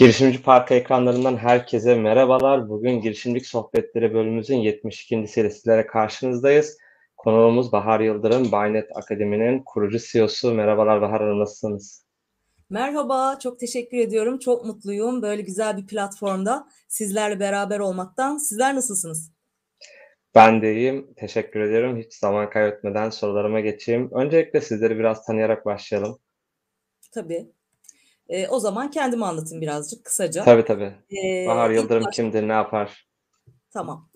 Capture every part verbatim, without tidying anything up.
Girişimci Park ekranlarından herkese merhabalar. Bugün Girişimcilik Sohbetleri bölümümüzün yetmiş ikincisiyle sizlere karşınızdayız. Konuğumuz Bahar Yıldırım, Baynet Akademi'nin kurucu C E O'su. Merhabalar Bahar Hanım, nasılsınız? Merhaba, çok teşekkür ediyorum. Çok mutluyum böyle güzel bir platformda sizlerle beraber olmaktan. Sizler nasılsınız? Ben de iyiyim, teşekkür ederim. Hiç zaman kaybetmeden sorularıma geçeyim. Öncelikle sizleri biraz tanıyarak başlayalım. Tabii. Ee, o zaman kendimi anlatayım birazcık kısaca. Tabii tabii. Bahar Ee, ilk Yıldırım baş, kimdir, ne yapar? tamam.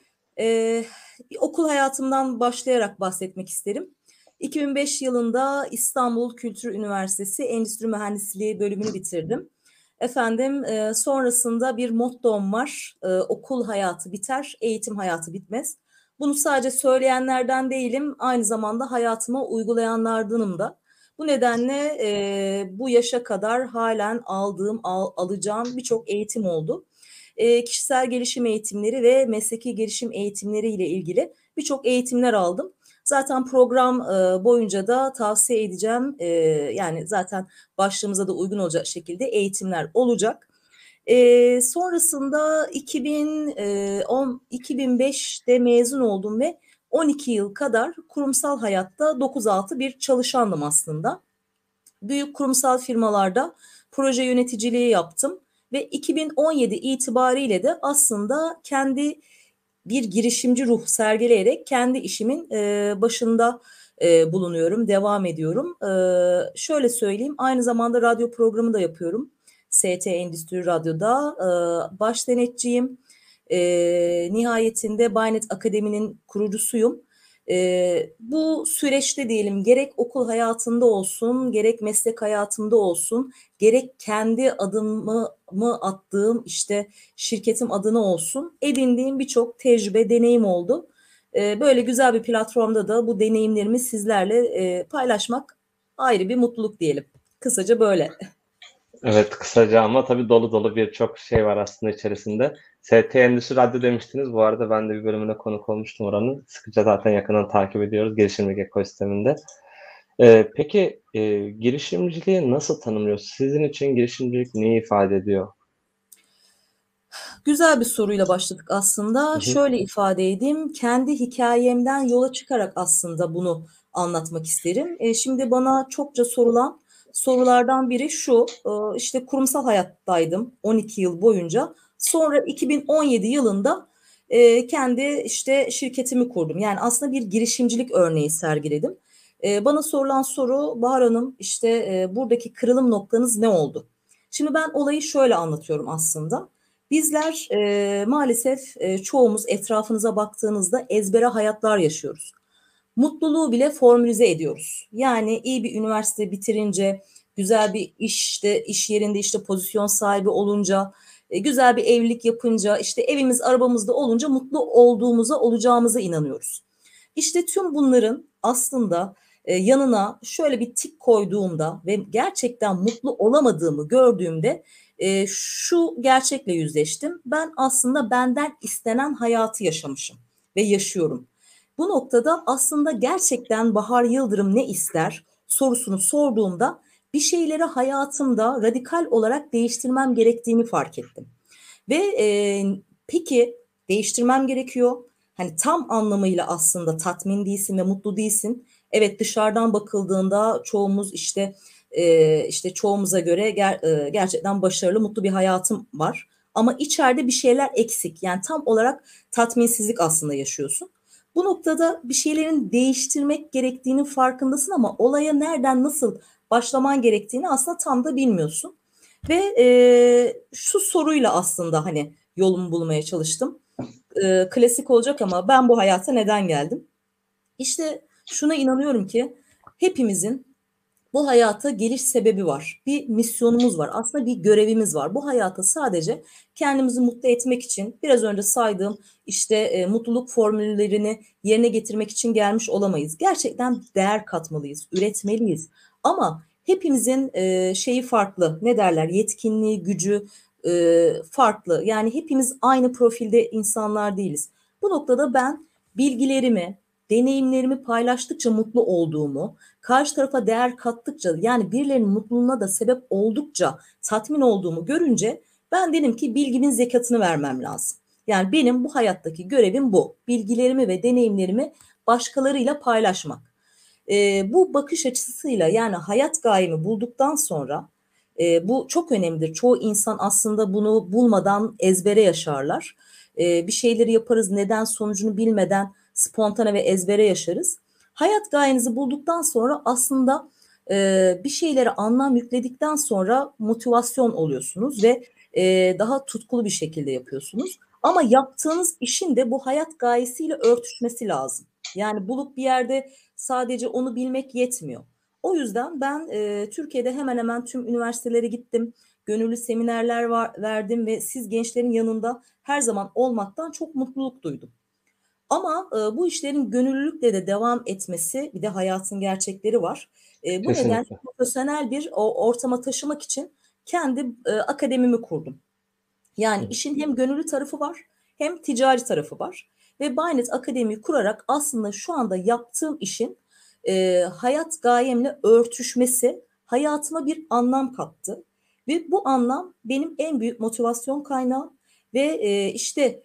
Ee, Okul hayatımdan başlayarak bahsetmek isterim. iki bin beş yılında İstanbul Kültür Üniversitesi Endüstri Mühendisliği bölümünü bitirdim. Efendim, e, sonrasında bir mottom var. E, okul hayatı biter, eğitim hayatı bitmez. Bunu sadece söyleyenlerden değilim, aynı zamanda hayatıma uygulayanlardanım da. Bu nedenle e, bu yaşa kadar halen aldığım, al, alacağım birçok eğitim oldu. E, kişisel gelişim eğitimleri ve mesleki gelişim eğitimleri ile ilgili birçok eğitimler aldım. Zaten program e, boyunca da tavsiye edeceğim, e, yani zaten başlığımıza da uygun olacak şekilde eğitimler olacak. E, sonrasında iki bin on, iki bin beşte mezun oldum ve on iki yıl kadar kurumsal hayatta dokuz altı bir çalışandım aslında. Büyük kurumsal firmalarda proje yöneticiliği yaptım ve iki bin on yedi itibariyle de aslında kendi bir girişimci ruh sergileyerek kendi işimin e, başında e, bulunuyorum, devam ediyorum. E, şöyle söyleyeyim, aynı zamanda radyo programı da yapıyorum. S T Endüstri Radyo'da e, baş denetçiyim. E, nihayetinde Baynet Akademi'nin kurucusuyum. E, bu süreçte diyelim gerek okul hayatında olsun, gerek meslek hayatımda olsun, gerek kendi adımı mı attığım işte şirketim adına olsun edindiğim birçok tecrübe, deneyim oldu. E, böyle güzel bir platformda da bu deneyimlerimi sizlerle e, paylaşmak ayrı bir mutluluk diyelim. Kısaca böyle. Evet, kısaca ama tabii dolu dolu birçok şey var aslında içerisinde. S T Endüstri Radyo demiştiniz. Bu arada ben de bir bölümüne konuk olmuştum oranın. Sıkıca zaten yakından takip ediyoruz girişimcilik ekosisteminde. Ee, peki e, girişimciliği nasıl tanımlıyorsunuz? Sizin için girişimcilik neyi ifade ediyor? Güzel bir soruyla başladık Hı aslında. hı. Şöyle ifade edeyim, kendi hikayemden yola çıkarak aslında bunu anlatmak isterim. E, şimdi bana çokça sorulan sorulardan biri şu, e, işte kurumsal hayattaydım on iki yıl boyunca. Sonra iki bin on yedi yılında e, kendi işte şirketimi kurdum. Yani aslında bir girişimcilik örneği sergiledim. E, bana sorulan soru, Bahar Hanım, işte e, buradaki kırılım noktanız ne oldu? Şimdi ben olayı şöyle anlatıyorum aslında. Bizler e, maalesef e, çoğumuz etrafınıza baktığınızda ezbere hayatlar yaşıyoruz. Mutluluğu bile formülize ediyoruz. Yani iyi bir üniversite bitirince, güzel bir işte iş yerinde işte pozisyon sahibi olunca, e, güzel bir evlilik yapınca, işte evimiz arabamızda olunca mutlu olduğumuza olacağımıza inanıyoruz. İşte tüm bunların aslında e, yanına şöyle bir tik koyduğumda ve gerçekten mutlu olamadığımı gördüğümde e, şu gerçekle yüzleştim. Ben aslında benden istenen hayatı yaşamışım ve yaşıyorum. Bu noktada aslında gerçekten Bahar Yıldırım ne ister sorusunu sorduğumda bir şeyleri hayatımda radikal olarak değiştirmem gerektiğini fark ettim. Ve e, peki değiştirmem gerekiyor. Hani tam anlamıyla aslında tatmin değilsin ve mutlu değilsin. Evet, dışarıdan bakıldığında çoğumuz işte e, işte çoğumuza göre ger, e, gerçekten başarılı, mutlu bir hayatım var. Ama içeride bir şeyler eksik. Yani tam olarak tatminsizlik aslında yaşıyorsun. Bu noktada bir şeylerin değiştirmek gerektiğinin farkındasın ama olaya nereden nasıl başlaman gerektiğini aslında tam da bilmiyorsun. Ve e, şu soruyla aslında hani yolumu bulmaya çalıştım. E, klasik olacak ama ben bu hayata neden geldim? İşte şuna inanıyorum ki hepimizin bu hayata geliş sebebi var. Bir misyonumuz var. Aslında bir görevimiz var. Bu hayata sadece kendimizi mutlu etmek için biraz önce saydığım işte e, mutluluk formüllerini yerine getirmek için gelmiş olamayız. Gerçekten değer katmalıyız, üretmeliyiz. Ama hepimizin e, şeyi farklı. Ne derler? Yetkinliği, gücü e, farklı. Yani hepimiz aynı profilde insanlar değiliz. Bu noktada ben bilgilerimi, deneyimlerimi paylaştıkça mutlu olduğumu, karşı tarafa değer kattıkça, yani birilerinin mutluluğuna da sebep oldukça tatmin olduğumu görünce ben dedim ki bilgimin zekatını vermem lazım. Yani benim bu hayattaki görevim bu. Bilgilerimi ve deneyimlerimi başkalarıyla paylaşmak. E, bu bakış açısıyla, yani hayat gayemi bulduktan sonra, e, bu çok önemlidir. Çoğu insan aslında bunu bulmadan ezbere yaşarlar. E, bir şeyleri yaparız, neden sonucunu bilmeden spontane ve ezbere yaşarız. Hayat gayenizi bulduktan sonra aslında e, bir şeylere anlam yükledikten sonra motivasyon oluyorsunuz ve e, daha tutkulu bir şekilde yapıyorsunuz. Ama yaptığınız işin de bu hayat gayesiyle örtüşmesi lazım. Yani bulup bir yerde sadece onu bilmek yetmiyor. O yüzden ben e, Türkiye'de hemen hemen tüm üniversitelere gittim. Gönüllü seminerler var, verdim ve siz gençlerin yanında her zaman olmaktan çok mutluluk duydum. Ama e, bu işlerin gönüllülükle de devam etmesi, bir de hayatın gerçekleri var. E, bu nedenle Kesinlikle. profesyonel bir o, ortama taşımak için kendi e, akademimi kurdum. Hı Yani hı. işin hem gönüllü tarafı var hem ticari tarafı var. Ve Bynet Akademi'yi kurarak aslında şu anda yaptığım işin e, hayat gayemle örtüşmesi hayatıma bir anlam kattı. Ve bu anlam benim en büyük motivasyon kaynağım. Ve e, işte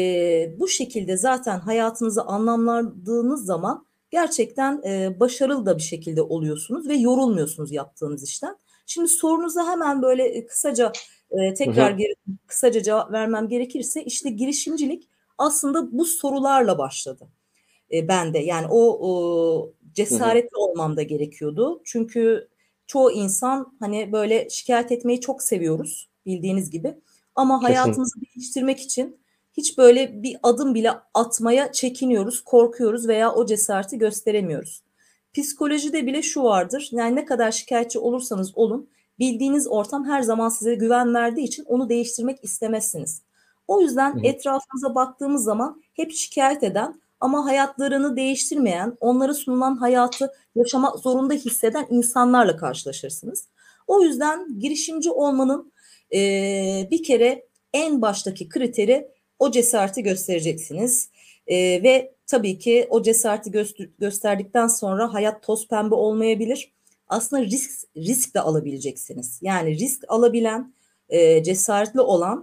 e, bu şekilde zaten hayatınızı anlamlandığınız zaman gerçekten e, başarılı da bir şekilde oluyorsunuz ve yorulmuyorsunuz yaptığınız işten. Şimdi sorunuza hemen böyle e, kısaca e, Hı tekrar hı. geri, kısaca cevap vermem gerekirse, işte girişimcilik aslında bu sorularla başladı e, bende. Yani o, o Hı hı. cesaretli olmam da gerekiyordu. Çünkü çoğu insan hani böyle şikayet etmeyi çok seviyoruz bildiğiniz gibi. Ama Kesinlikle. hayatımızı değiştirmek için hiç böyle bir adım bile atmaya çekiniyoruz, korkuyoruz veya o cesareti gösteremiyoruz. Psikolojide bile şu vardır. Yani ne kadar şikayetçi olursanız olun, bildiğiniz ortam her zaman size güven verdiği için onu değiştirmek istemezsiniz. O Hı yüzden hı. etrafınıza baktığımız zaman hep şikayet eden ama hayatlarını değiştirmeyen, onlara sunulan hayatı yaşamak zorunda hisseden insanlarla karşılaşırsınız. O yüzden girişimci olmanın e, bir kere en baştaki kriteri, o cesareti göstereceksiniz. E, ve tabii ki o cesareti göster gösterdikten sonra hayat toz pembe olmayabilir. Aslında risk risk de alabileceksiniz. Yani risk alabilen, e, cesaretli olan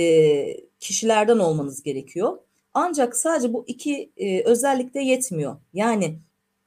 e, kişilerden olmanız gerekiyor. Ancak sadece bu iki e, özellik de yetmiyor. Yani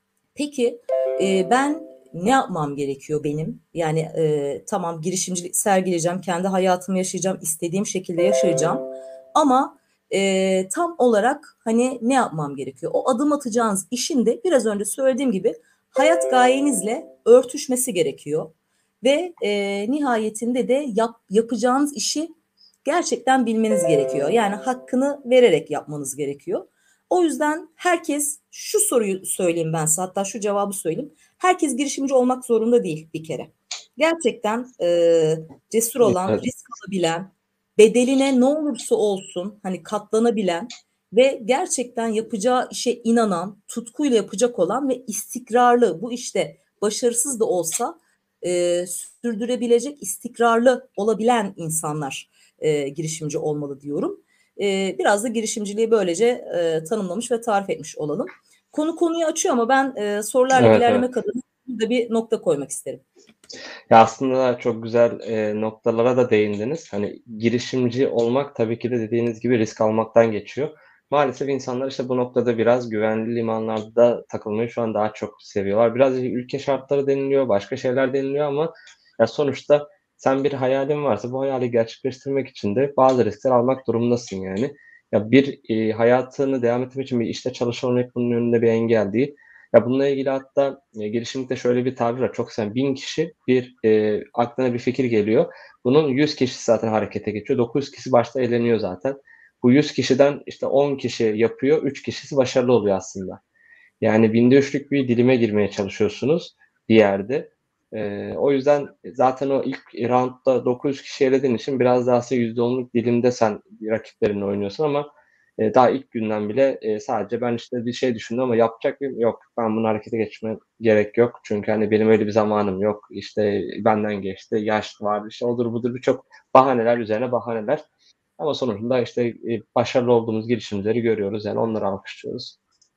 peki e, ben ne yapmam gerekiyor benim? Yani e, tamam, girişimcilik sergileyeceğim, kendi hayatımı yaşayacağım, istediğim şekilde yaşayacağım. Ama e, tam olarak hani ne yapmam gerekiyor? O adım atacağınız işin de biraz önce söylediğim gibi hayat gayenizle örtüşmesi gerekiyor. Ve e, nihayetinde de yap, yapacağınız işi gerçekten bilmeniz gerekiyor. Yani hakkını vererek yapmanız gerekiyor. O yüzden herkes, şu soruyu söyleyeyim ben size, hatta şu cevabı söyleyeyim. Herkes girişimci olmak zorunda değil bir kere. Gerçekten e, cesur olan, Evet. risk alabilen, bedeline ne olursa olsun hani katlanabilen ve gerçekten yapacağı işe inanan, tutkuyla yapacak olan ve istikrarlı, bu işte başarısız da olsa e, sürdürebilecek, istikrarlı olabilen insanlar e, girişimci olmalı diyorum. E, biraz da girişimciliği böylece e, tanımlamış ve tarif etmiş olalım. Konu konuyu açıyor ama ben e, sorularla Evet, evet. ilerlemek adına burada bir nokta koymak isterim. Ya, aslında çok güzel, eee, noktalara da değindiniz. Hani, girişimci olmak tabii ki de dediğiniz gibi risk almaktan geçiyor. Maalesef insanlar, işte, bu noktada biraz güvenli limanlarda takılmayı şu an daha çok seviyorlar. Biraz ülke şartları deniliyor, başka şeyler deniliyor ama ya, sonuçta sen bir hayalin varsa bu hayali gerçekleştirmek için de bazı riskler almak durumundasın yani. Ya, bir, eee, hayatını devam ettirmek için bir işte çalışıyor olmak bunun önünde bir engel değil. Ya, bununla ilgili hatta, eee, girişimde şöyle bir tabir var, çok seviyorum. bin kişi bir, eee, aklına bir fikir geliyor. Bunun yüz kişisi zaten harekete geçiyor. dokuz yüz kişi başta eğleniyor zaten. Bu yüz kişiden, işte, on kişi yapıyor, üç kişisi başarılı oluyor aslında. Yani binde üçlük bir dilime girmeye çalışıyorsunuz bir yerde. Eee, o yüzden zaten o ilk round'da dokuz yüz kişi elediğin için biraz daha aslında yüzde onluk dilimde sen rakiplerinle oynuyorsun ama eee, daha ilk günden bile eee, sadece ben, işte, bir şey düşündüm ama yapacak mıyım? Yok, ben bunu harekete geçmeye gerek yok. Çünkü, hani, benim öyle bir zamanım yok. İşte, benden geçti, yaş var, işte, odur budur birçok bahaneler üzerine bahaneler ama sonucunda, işte, eee, başarılı olduğumuz girişimcileri görüyoruz. Yani onları alkışlıyoruz.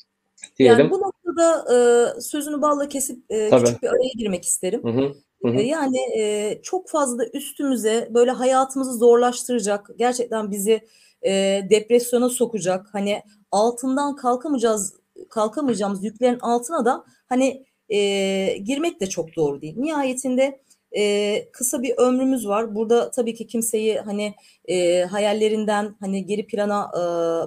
Yani Diyelim. bu noktada e, sözünü balla kesip e, Tabii. küçük bir araya girmek isterim. Hı hı. Hı E, hı. yani e, çok fazla üstümüze böyle hayatımızı zorlaştıracak, gerçekten bizi e, depresyona sokacak, hani altından kalkamayacağız, kalkamayacağımız yüklerin altına da hani e, girmek de çok doğru değil. Nihayetinde e, kısa bir ömrümüz var. Burada tabii ki kimseyi hani e, hayallerinden hani geri plana e,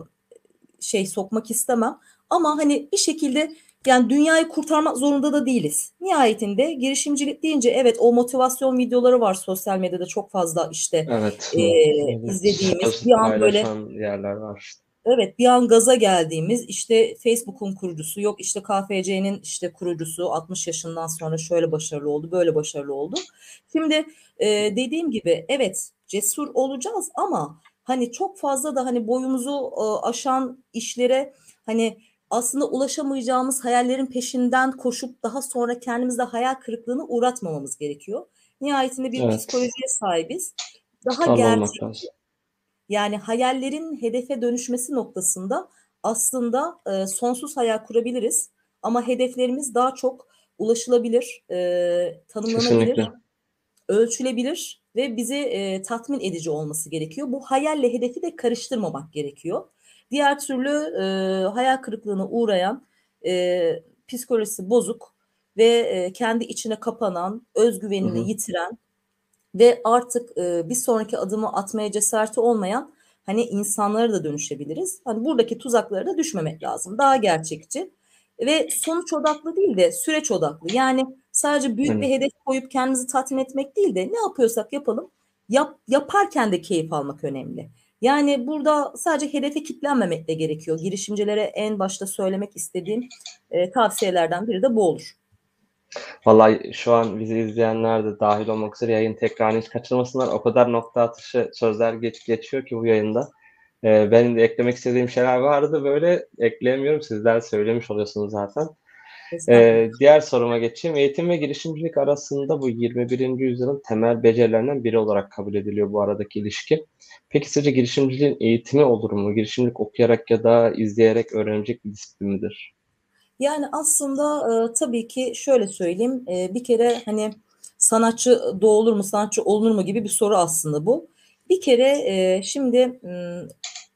şey sokmak istemem. Ama hani bir şekilde yani dünyayı kurtarmak zorunda da değiliz. Nihayetinde girişimcilik deyince evet, o motivasyon videoları var sosyal medyada çok fazla işte Evet. e, Evet. izlediğimiz Söz bir an böyle paylaşan yerler var. evet bir an gaza geldiğimiz işte Facebook'un kurucusu yok işte K F C'nin işte kurucusu altmış yaşından sonra şöyle başarılı oldu böyle başarılı oldu. Şimdi e, dediğim gibi evet cesur olacağız ama hani çok fazla da hani boyumuzu e, aşan işlere hani aslında ulaşamayacağımız hayallerin peşinden koşup daha sonra kendimizde hayal kırıklığına uğratmamamız gerekiyor. Nihayetinde bir Evet. psikolojiye sahibiz. Daha Tutarlı olmak gerçek lazım. yani hayallerin hedefe dönüşmesi noktasında aslında e, sonsuz hayal kurabiliriz. Ama hedeflerimiz daha çok ulaşılabilir, e, tanımlanabilir, Kesinlikle. ölçülebilir ve bizi e, tatmin edici olması gerekiyor. Bu hayalle hedefi de karıştırmamak gerekiyor. Diğer türlü e, hayal kırıklığına uğrayan, e, psikolojisi bozuk ve e, kendi içine kapanan, Hı özgüvenini hı. yitiren ve artık e, bir sonraki adımı atmaya cesareti olmayan hani insanlara da dönüşebiliriz. Hani buradaki tuzaklara da düşmemek lazım. Daha gerçekçi ve sonuç odaklı değil de süreç odaklı. Yani sadece büyük bir Aynen. hedef koyup kendimizi tatmin etmek değil de ne yapıyorsak yapalım, yap, yaparken de keyif almak önemli. Yani burada sadece hedefe kitlenmemek de gerekiyor. Girişimcilere en başta söylemek istediğim e, tavsiyelerden biri de bu olur. Vallahi şu an bizi izleyenler de dahil olmak üzere yayın tekrarını hiç kaçırmasınlar. O kadar nokta atışı sözler geç, geçiyor ki bu yayında. Ee, benim de eklemek istediğim şeyler vardı. Böyle ekleyemiyorum. Sizler söylemiş oluyorsunuz zaten. Ee, Estağfurullah. diğer soruma geçeyim. Eğitim ve girişimcilik arasında bu yirmi birinci yüzyılın temel becerilerinden biri olarak kabul ediliyor bu aradaki ilişki. Peki sizce girişimciliğin eğitimi olur mu? Girişimcilik okuyarak ya da izleyerek öğrenecek bir disiplin midir? Yani aslında e, tabii ki şöyle söyleyeyim, e, bir kere hani sanatçı doğulur mu, sanatçı olunur mu gibi bir soru aslında bu. Bir kere e, şimdi m,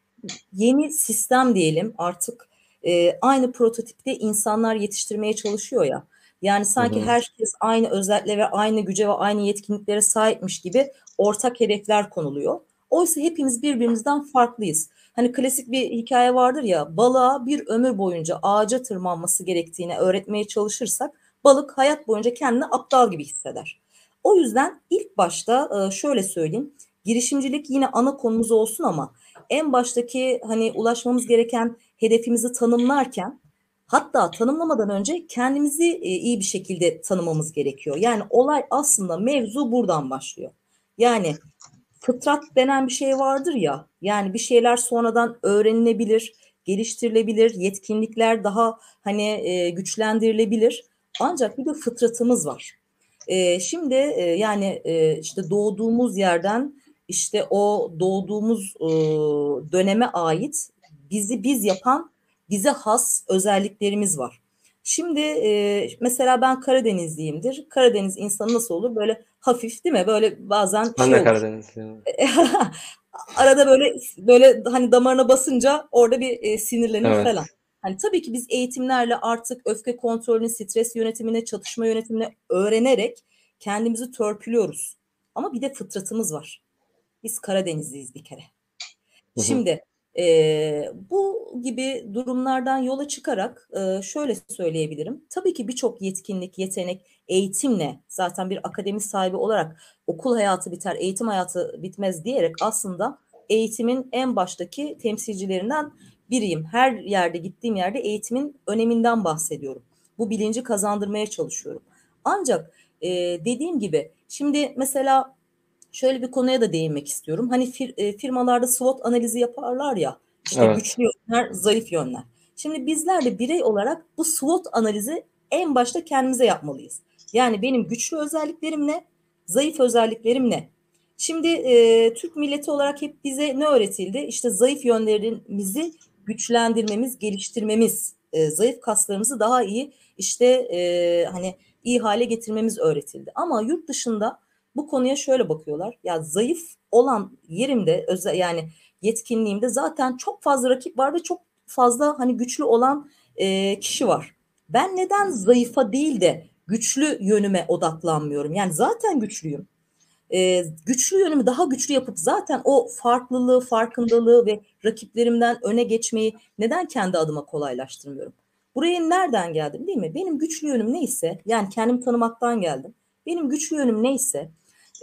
yeni sistem diyelim artık e, aynı prototipte insanlar yetiştirmeye çalışıyor ya. Yani Hı sanki hı. herkes aynı özelliğe ve aynı güce ve aynı yetkinliklere sahipmiş gibi ortak hedefler konuluyor. Oysa hepimiz birbirimizden farklıyız. Hani klasik bir hikaye vardır ya, balığa bir ömür boyunca ağaca tırmanması gerektiğini öğretmeye çalışırsak balık hayat boyunca kendini aptal gibi hisseder. O yüzden ilk başta e, şöyle söyleyeyim, girişimcilik yine ana konumuz olsun ama en baştaki hani ulaşmamız gereken hedefimizi tanımlarken hatta tanımlamadan önce kendimizi e, iyi bir şekilde tanımamız gerekiyor. Yani olay aslında mevzu buradan başlıyor. Yani fıtrat denen bir şey vardır ya. Yani bir şeyler sonradan öğrenilebilir, geliştirilebilir, yetkinlikler daha hani e, güçlendirilebilir. Ancak bir de fıtratımız var. E, şimdi e, yani e, işte doğduğumuz yerden işte o doğduğumuz e, döneme ait bizi biz yapan bize has özelliklerimiz var. Şimdi e, mesela ben Karadenizliyimdir. Karadeniz insanı nasıl olur? Böyle hafif değil mi? Böyle bazen Ben şey de olur. Karadenizliyim. Arada böyle böyle hani damarına basınca orada bir e, sinirlenir falan. Evet. Hani tabii ki biz eğitimlerle artık öfke kontrolünü, stres yönetimine, çatışma yönetimine öğrenerek kendimizi törpülüyoruz. Ama bir de fıtratımız var. Biz Karadenizliyiz bir kere. Hı hı. Şimdi e, bu gibi durumlardan yola çıkarak e, şöyle söyleyebilirim. Tabii ki birçok yetkinlik, yetenek eğitimle zaten bir akademi sahibi olarak okul hayatı biter, eğitim hayatı bitmez diyerek aslında eğitimin en baştaki temsilcilerinden biriyim. Her yerde gittiğim yerde eğitimin öneminden bahsediyorum. Bu bilinci kazandırmaya çalışıyorum. Ancak e, dediğim gibi şimdi mesela şöyle bir konuya da değinmek istiyorum. Hani fir, e, firmalarda SWOT analizi yaparlar ya, işte Evet. güçlü yönler, zayıf yönler. Şimdi bizler de birey olarak bu SWOT analizi en başta kendimize yapmalıyız. Yani benim güçlü özelliklerim ne, zayıf özelliklerim ne? Şimdi e, Türk milleti olarak hep bize ne öğretildi? İşte zayıf yönlerimizi güçlendirmemiz, geliştirmemiz e, zayıf kaslarımızı daha iyi işte e, hani iyi hale getirmemiz öğretildi. Ama yurt dışında bu konuya şöyle bakıyorlar. Ya zayıf olan yerimde özel yani yetkinliğimde zaten çok fazla rakip var ve çok fazla hani güçlü olan e, kişi var. Ben neden zayıfa değil de güçlü yönüme odaklanmıyorum? Yani zaten güçlüyüm. Ee, güçlü yönümü daha güçlü yapıp zaten o farklılığı, farkındalığı ve rakiplerimden öne geçmeyi neden kendi adıma kolaylaştırmıyorum? Buraya nereden geldim değil mi? Benim güçlü yönüm neyse, yani kendimi tanımaktan geldim. Benim güçlü yönüm neyse,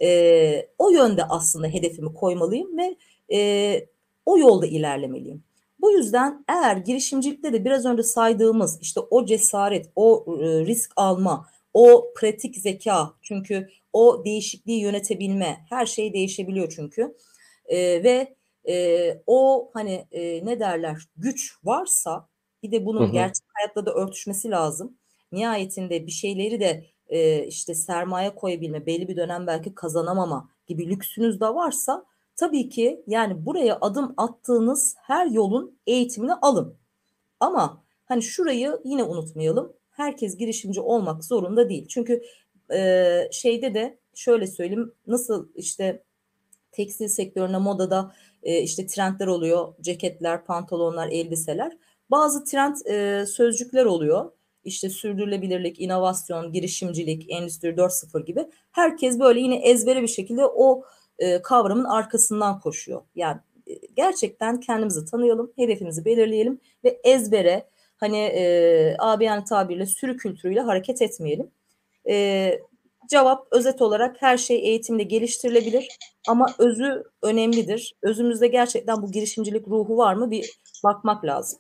e, o yönde aslında hedefimi koymalıyım ve e, o yolda ilerlemeliyim. Bu yüzden eğer girişimcilikte de biraz önce saydığımız işte o cesaret, o e, risk alma, o pratik zeka, çünkü o değişikliği yönetebilme, her şey değişebiliyor çünkü. E, ve e, o hani e, ne derler, güç varsa bir de Hı bunun hı. gerçek hayatla da örtüşmesi lazım. Nihayetinde bir şeyleri de e, işte sermaye koyabilme, belli bir dönem belki kazanamama gibi lüksünüz de varsa tabii ki yani buraya adım attığınız her yolun eğitimini alın. Ama hani şurayı yine unutmayalım. Herkes girişimci olmak zorunda değil. Çünkü e, şeyde de şöyle söyleyeyim, nasıl işte tekstil sektörüne, modada e, işte trendler oluyor. Ceketler, pantolonlar, elbiseler. Bazı trend e, sözcükler oluyor. İşte sürdürülebilirlik, inovasyon, girişimcilik, endüstri dört nokta sıfır gibi. Herkes böyle yine ezbere bir şekilde o e, kavramın arkasından koşuyor. Yani e, gerçekten kendimizi tanıyalım, hedefimizi belirleyelim ve ezbere hani e, abiyane tabirle sürü kültürüyle hareket etmeyelim. E, Cevap özet olarak her şey eğitimle geliştirilebilir ama özü önemlidir. Özümüzde gerçekten bu girişimcilik ruhu var mı, bir bakmak lazım.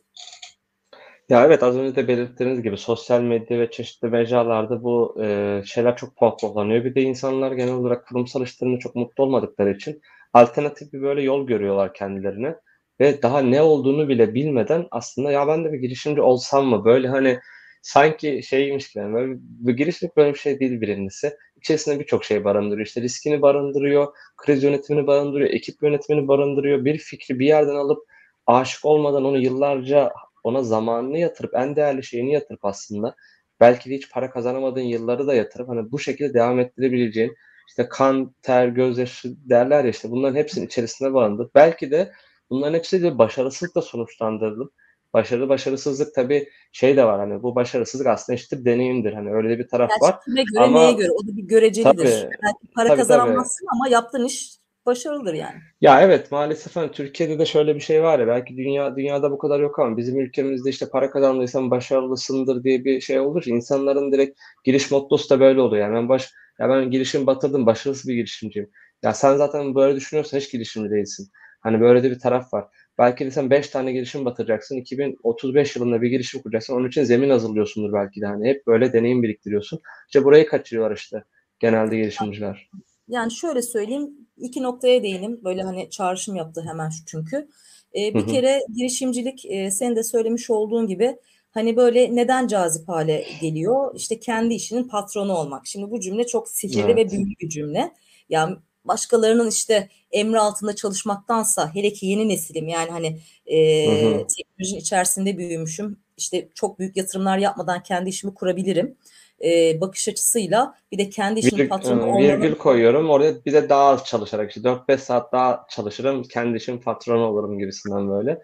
Ya evet, az önce de belirttiğiniz gibi sosyal medya ve çeşitli mecralarda bu e, şeyler çok pohpohlanıyor. Bir de insanlar genel olarak kurumsal işlerinde çok mutlu olmadıkları için alternatif bir böyle yol görüyorlar kendilerine ve daha ne olduğunu bile bilmeden aslında ya ben de bir girişimci olsam mı, böyle hani sanki şeymiş gibi, yani böyle bir girişimcilik böyle bir şey değil birincisi. İçerisinde birçok şey barındırıyor. İşte riskini barındırıyor, kriz yönetimini barındırıyor, ekip yönetimini barındırıyor. Bir fikri bir yerden alıp aşık olmadan onu yıllarca ona zamanını yatırıp en değerli şeyini yatırıp aslında belki de hiç para kazanamadığın yılları da yatırıp hani bu şekilde devam ettirebileceğin işte kan, ter, gözyaşı derler ya, işte bunların hepsinin içerisinde barındır. Belki de bunların hepsi de başarısızlıkla sonuçlandırılıp başarı başarısızlık tabii şey de var, hani bu başarısızlık aslında işte deneyimdir. Hani öyle de bir taraf Gerçi var. kime göre, neye Ama göre, o da bir görecelidir. tabii Belki para tabii tabii. kazanamazsın ama yaptığın iş başarılıdır yani. Ya evet, maalesef hani Türkiye'de de şöyle bir şey var ya, belki dünya dünyada bu kadar yok ama bizim ülkemizde işte para kazandıysan başarılısındır diye bir şey olur. İnsanların direkt giriş mottosu da böyle oluyor. Yani ben baş ya ben girişim batırdım, başarısız bir girişimciyim. Ya sen zaten böyle düşünüyorsan hiç girişimci değilsin. Hani böyle de bir taraf var. Belki de sen beş tane girişim batıracaksın. iki bin otuz beş yılında bir girişim kuracaksın. Onun için zemin hazırlıyorsundur belki de. Hani hep böyle deneyim biriktiriyorsun. İşte burayı kaçırıyorlar işte genelde girişimciler. Yani şöyle söyleyeyim, iki noktaya değinim. Böyle hani çağrışım yaptı hemen şu çünkü. Ee, Hı bir hı. kere girişimcilik, e, senin de söylemiş olduğun gibi hani böyle neden cazip hale geliyor? İşte kendi işinin patronu olmak. Şimdi bu cümle çok sihirli ve Evet. büyülü bir cümle. Yani başkalarının işte emri altında çalışmaktansa, hele ki yeni nesilim yani hani Hı e, hı. teknolojinin içerisinde büyümüşüm. İşte çok büyük yatırımlar yapmadan kendi işimi kurabilirim e, bakış açısıyla bir de kendi işinin Virg patronu eee, virgül olmanın. koyuyorum. Oraya bir de daha az çalışarak işte dört beş saat daha çalışırım. Kendi işimin patronu olurum gibisinden böyle.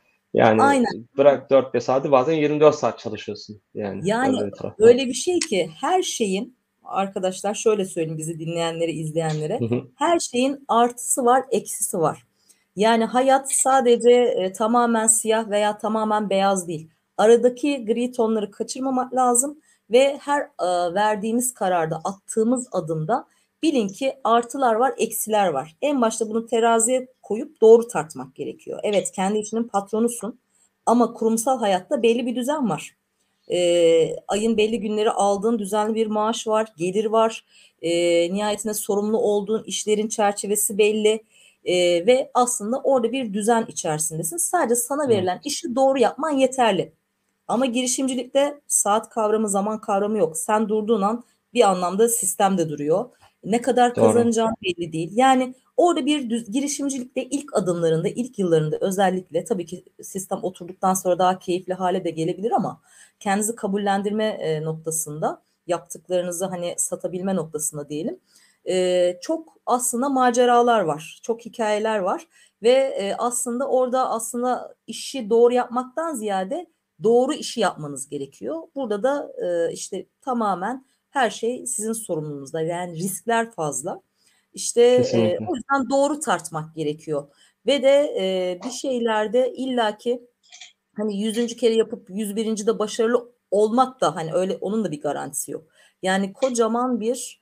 Yani Aynen. bırak dört beş saati, bazen yirmi dört saat çalışıyorsun. Yani Yani öyle bir taraf var. öyle bir şey ki her şeyin, arkadaşlar şöyle söyleyeyim bizi dinleyenlere, Hı izleyenlere, hı. her şeyin artısı var, eksisi var. Yani hayat sadece e, tamamen siyah veya tamamen beyaz değil. Aradaki gri tonları kaçırmamak lazım ve her e, verdiğimiz kararda, attığımız adımda bilin ki artılar var, eksiler var. En başta bunu teraziye koyup doğru tartmak gerekiyor. Evet, kendi işinin patronusun ama kurumsal hayatta belli bir düzen var. E, ayın belli günleri aldığın düzenli bir maaş var, gelir var. E, nihayetinde sorumlu olduğun işlerin çerçevesi belli. E, ve aslında orada bir düzen içerisindesin. Sadece sana verilen Evet. işi doğru yapman yeterli. Ama girişimcilikte saat kavramı, zaman kavramı yok. Sen durduğun an bir anlamda sistem de duruyor. Ne kadar Doğru. kazanacağın belli değil. Yani Orada bir düz, girişimcilikte ilk adımlarında, ilk yıllarında özellikle tabii ki sistem oturduktan sonra daha keyifli hale de gelebilir ama kendinizi kabullendirme e, noktasında, yaptıklarınızı hani satabilme noktasında diyelim. E, çok aslında maceralar var, çok hikayeler var ve e, aslında orada aslında işi doğru yapmaktan ziyade doğru işi yapmanız gerekiyor. Burada da e, işte tamamen her şey sizin sorumluluğunuzda. Yani riskler fazla. İşte e, Kesinlikle. o yüzden doğru tartmak gerekiyor. Ve de e, bir şeylerde illaki hani yüzüncü kere yapıp yüz birinci de başarılı olmak da hani öyle onun da bir garantisi yok. Yani kocaman bir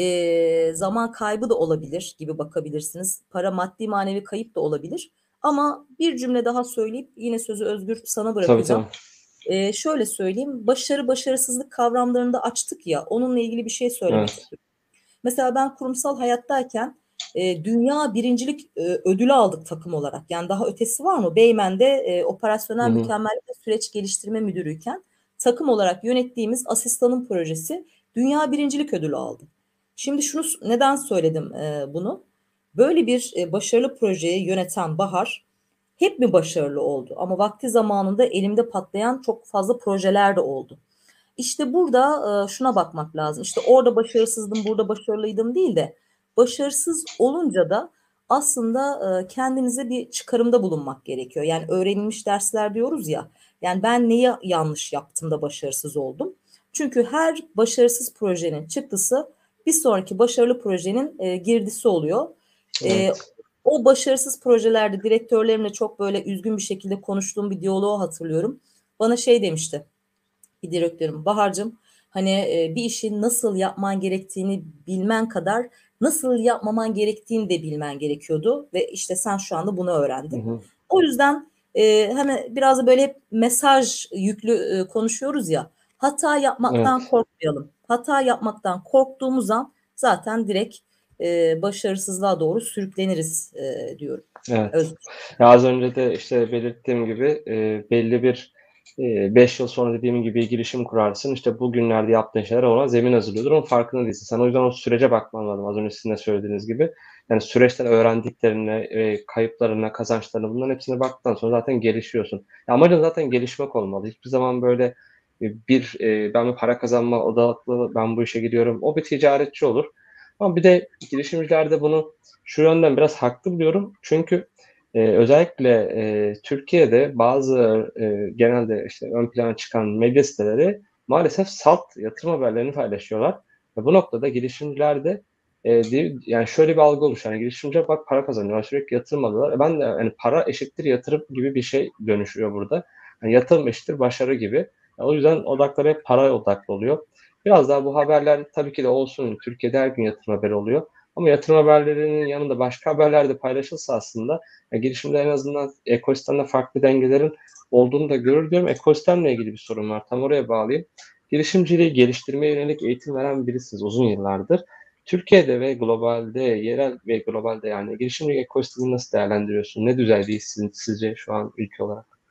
e, zaman kaybı da olabilir gibi bakabilirsiniz. Para maddi manevi kayıp da olabilir. Ama bir cümle daha söyleyip yine sözü Özgür sana Tabii bırakacağım. tabii. E, şöyle söyleyeyim, başarı başarısızlık kavramlarını da açtık ya, onunla ilgili bir şey söylemek Evet. istiyorum. Mesela ben kurumsal hayattayken e, dünya birincilik e, ödülü aldık takım olarak. Yani daha ötesi var mı? Beymen'de e, Hı operasyonel hı. mükemmellik ve süreç geliştirme müdürüyken takım olarak yönettiğimiz asistanın projesi dünya birincilik ödülü aldı. Şimdi şunu neden söyledim e, bunu? Böyle bir e, başarılı projeyi yöneten Bahar hep mi başarılı oldu? Ama vakti zamanında elimde patlayan çok fazla projeler de oldu. İşte burada e, şuna bakmak lazım. İşte orada başarısızdım, burada başarılıydım değil de başarısız olunca da aslında e, kendinize bir çıkarımda bulunmak gerekiyor. Yani öğrenilmiş dersler diyoruz ya. Yani ben neyi yanlış yaptım da başarısız oldum? Çünkü her başarısız projenin çıktısı bir sonraki başarılı projenin e, girdisi oluyor. E, Evet. O başarısız projelerde direktörlerimle çok böyle üzgün bir şekilde konuştuğum bir diyaloğu hatırlıyorum. Bana şey demişti bir direktörüm, Bahar'cığım hani e, bir işi nasıl yapman gerektiğini bilmen kadar nasıl yapmaman gerektiğini de bilmen gerekiyordu ve işte sen şu anda bunu Hı öğrendin. hı. O yüzden e, hemen biraz da böyle hep mesaj yüklü e, konuşuyoruz ya, hata yapmaktan Evet. korkmayalım. Hata yapmaktan korktuğumuz an zaten direkt e, başarısızlığa doğru sürükleniriz e, diyorum. Evet. Özgür. Ya, az önce de, işte, belirttiğim gibi, eee, belli bir, eee, beş yıl sonra dediğim gibi bir girişim kurarsın. İşte, bugünlerde yaptığın şeyler ona zemin hazırlıyordur. Onun farkında değilsin. Sen o yüzden o sürece bakman lazım. Az önce sizin de söylediğiniz gibi. Yani süreçten öğrendiklerine, eee, kayıplarına, kazançlarına bunların hepsine baktıktan sonra zaten gelişiyorsun. Ya, amacın zaten gelişmek olmalı. Hiçbir zaman böyle, eee, bir, eee, ben bir para kazanma odaklı, ben bu işe gidiyorum. O bir ticaretçi olur. Ama bir de girişimcilerde bunu şu yönden biraz haklı buluyorum. Çünkü, eee, özellikle, eee, Türkiye'de bazı, eee, genelde, işte, ön plana çıkan medya siteleri maalesef salt yatırım haberlerini paylaşıyorlar ve bu noktada girişimciler de, eee, di yani, şöyle bir algı oluşuyor, hani, girişimciler bak para kazanıyorlar, sürekli yatırım alıyorlar. E, ben de, hani, para eşittir yatırım gibi bir şey dönüşüyor burada. Hani, yatırım eşittir başarı gibi. E, o yüzden odakları hep paraya odaklı oluyor. Biraz daha bu haberler tabii ki de olsun. Türkiye'de her gün yatırım haberi oluyor. Ama yatırım haberlerinin yanında başka haberler de paylaşılsa aslında ya girişimde en azından ekosistemde farklı dengelerin olduğunu da görür diyorum. Ekosistemle ilgili bir sorun var. Tam oraya bağlayayım. Girişimciliği geliştirmeye yönelik eğitim veren birisiniz uzun yıllardır. Türkiye'de ve globalde, yerel ve globalde yani girişimcilik ekosistemini nasıl değerlendiriyorsun? Ne düzeydeyiz sizin, sizce şu an ülke olarak?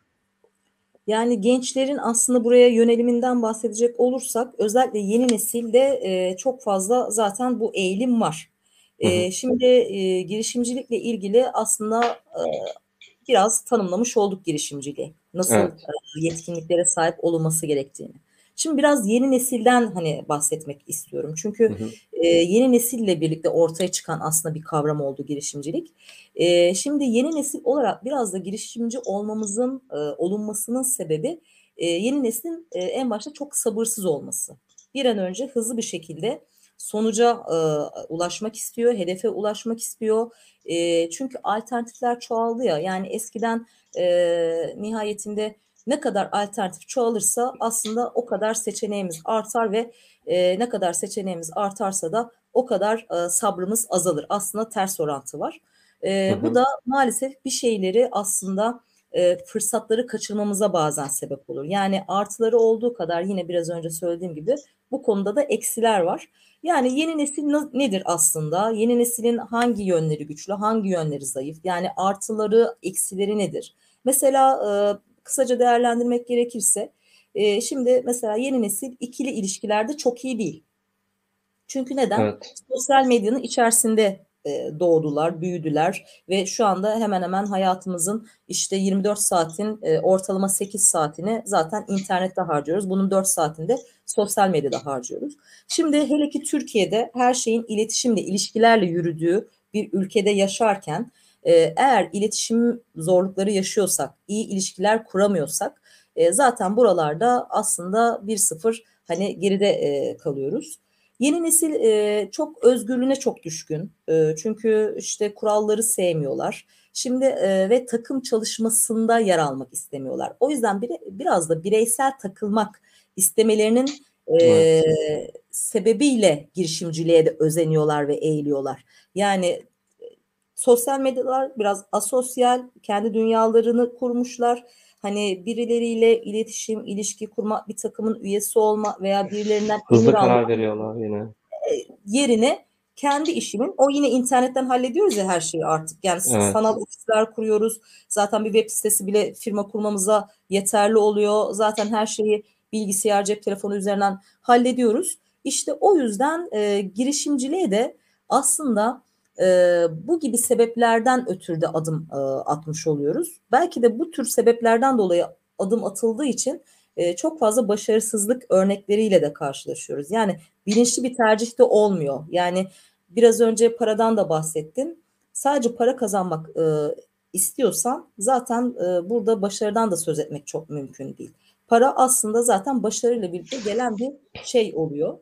Yani gençlerin aslında buraya yöneliminden bahsedecek olursak özellikle yeni nesilde e, çok fazla zaten bu eğilim var. Hı hı. E, şimdi e, girişimcilikle ilgili aslında e, biraz tanımlamış olduk girişimciliği. Nasıl Evet. e, yetkinliklere sahip olunması gerektiğini. Şimdi biraz yeni nesilden hani bahsetmek istiyorum. Hı Çünkü hı. e, yeni nesille birlikte ortaya çıkan aslında bir kavram oldu girişimcilik. E, şimdi yeni nesil olarak biraz da girişimci olmamızın e, olunmasının sebebi e, yeni neslin e, en başta çok sabırsız olması. Bir an önce hızlı bir şekilde sonuca e, ulaşmak istiyor, hedefe ulaşmak istiyor. E, çünkü alternatifler çoğaldı ya. Yani eskiden e, nihayetinde ne kadar alternatif çoğalırsa aslında o kadar seçeneğimiz artar ve e, ne kadar seçeneğimiz artarsa da o kadar e, sabrımız azalır. Aslında ters orantı var. Hı E, bu hı. da maalesef bir şeyleri aslında e, fırsatları kaçırmamıza bazen sebep olur. Yani artıları olduğu kadar yine biraz önce söylediğim gibi bu konuda da eksiler var. Yani yeni nesil nedir aslında? Yeni neslin hangi yönleri güçlü, hangi yönleri zayıf? Yani artıları, eksileri nedir? Mesela e, kısaca değerlendirmek gerekirse, e, şimdi mesela yeni nesil ikili ilişkilerde çok iyi değil. Çünkü neden? Evet. Sosyal medyanın içerisinde e, doğdular, büyüdüler ve şu anda hemen hemen hayatımızın işte yirmi dört saatin e, ortalama sekiz saatini zaten internette harcıyoruz. Bunun dört saatinde sosyal medyada harcıyoruz. Şimdi hele ki Türkiye'de her şeyin iletişimle, ilişkilerle yürüdüğü bir ülkede yaşarken e, eğer iletişim zorlukları yaşıyorsak, iyi ilişkiler kuramıyorsak e, zaten buralarda aslında bir sıfır hani geride e, kalıyoruz. Yeni nesil e, çok özgürlüğüne çok düşkün. E, çünkü işte kuralları sevmiyorlar. Şimdi e, ve takım çalışmasında yer almak istemiyorlar. O yüzden bir, biraz da bireysel takılmak istemelerinin e, Evet. sebebiyle girişimciliğe de özeniyorlar ve eğiliyorlar. Yani sosyal medyalar biraz asosyal, kendi dünyalarını kurmuşlar. Hani birileriyle iletişim, ilişki kurma, bir takımın üyesi olma veya birilerinden emir Hızlı alma karar veriyorlar yine. yerine kendi işimin, o yine internetten hallediyoruz ya her şeyi artık. Yani Evet. sanal ofisler kuruyoruz. Zaten bir web sitesi bile firma kurmamıza yeterli oluyor. Zaten her şeyi bilgisayar, cep telefonu üzerinden hallediyoruz. İşte o yüzden e, girişimciliğe de aslında e, bu gibi sebeplerden ötürü de adım e, atmış oluyoruz. Belki de bu tür sebeplerden dolayı adım atıldığı için e, çok fazla başarısızlık örnekleriyle de karşılaşıyoruz. Yani bilinçli bir tercih de olmuyor. Yani biraz önce paradan da bahsettin. Sadece para kazanmak e, istiyorsan zaten e, burada başarıdan da söz etmek çok mümkün değil. Para aslında zaten başarıyla birlikte gelen bir şey oluyor.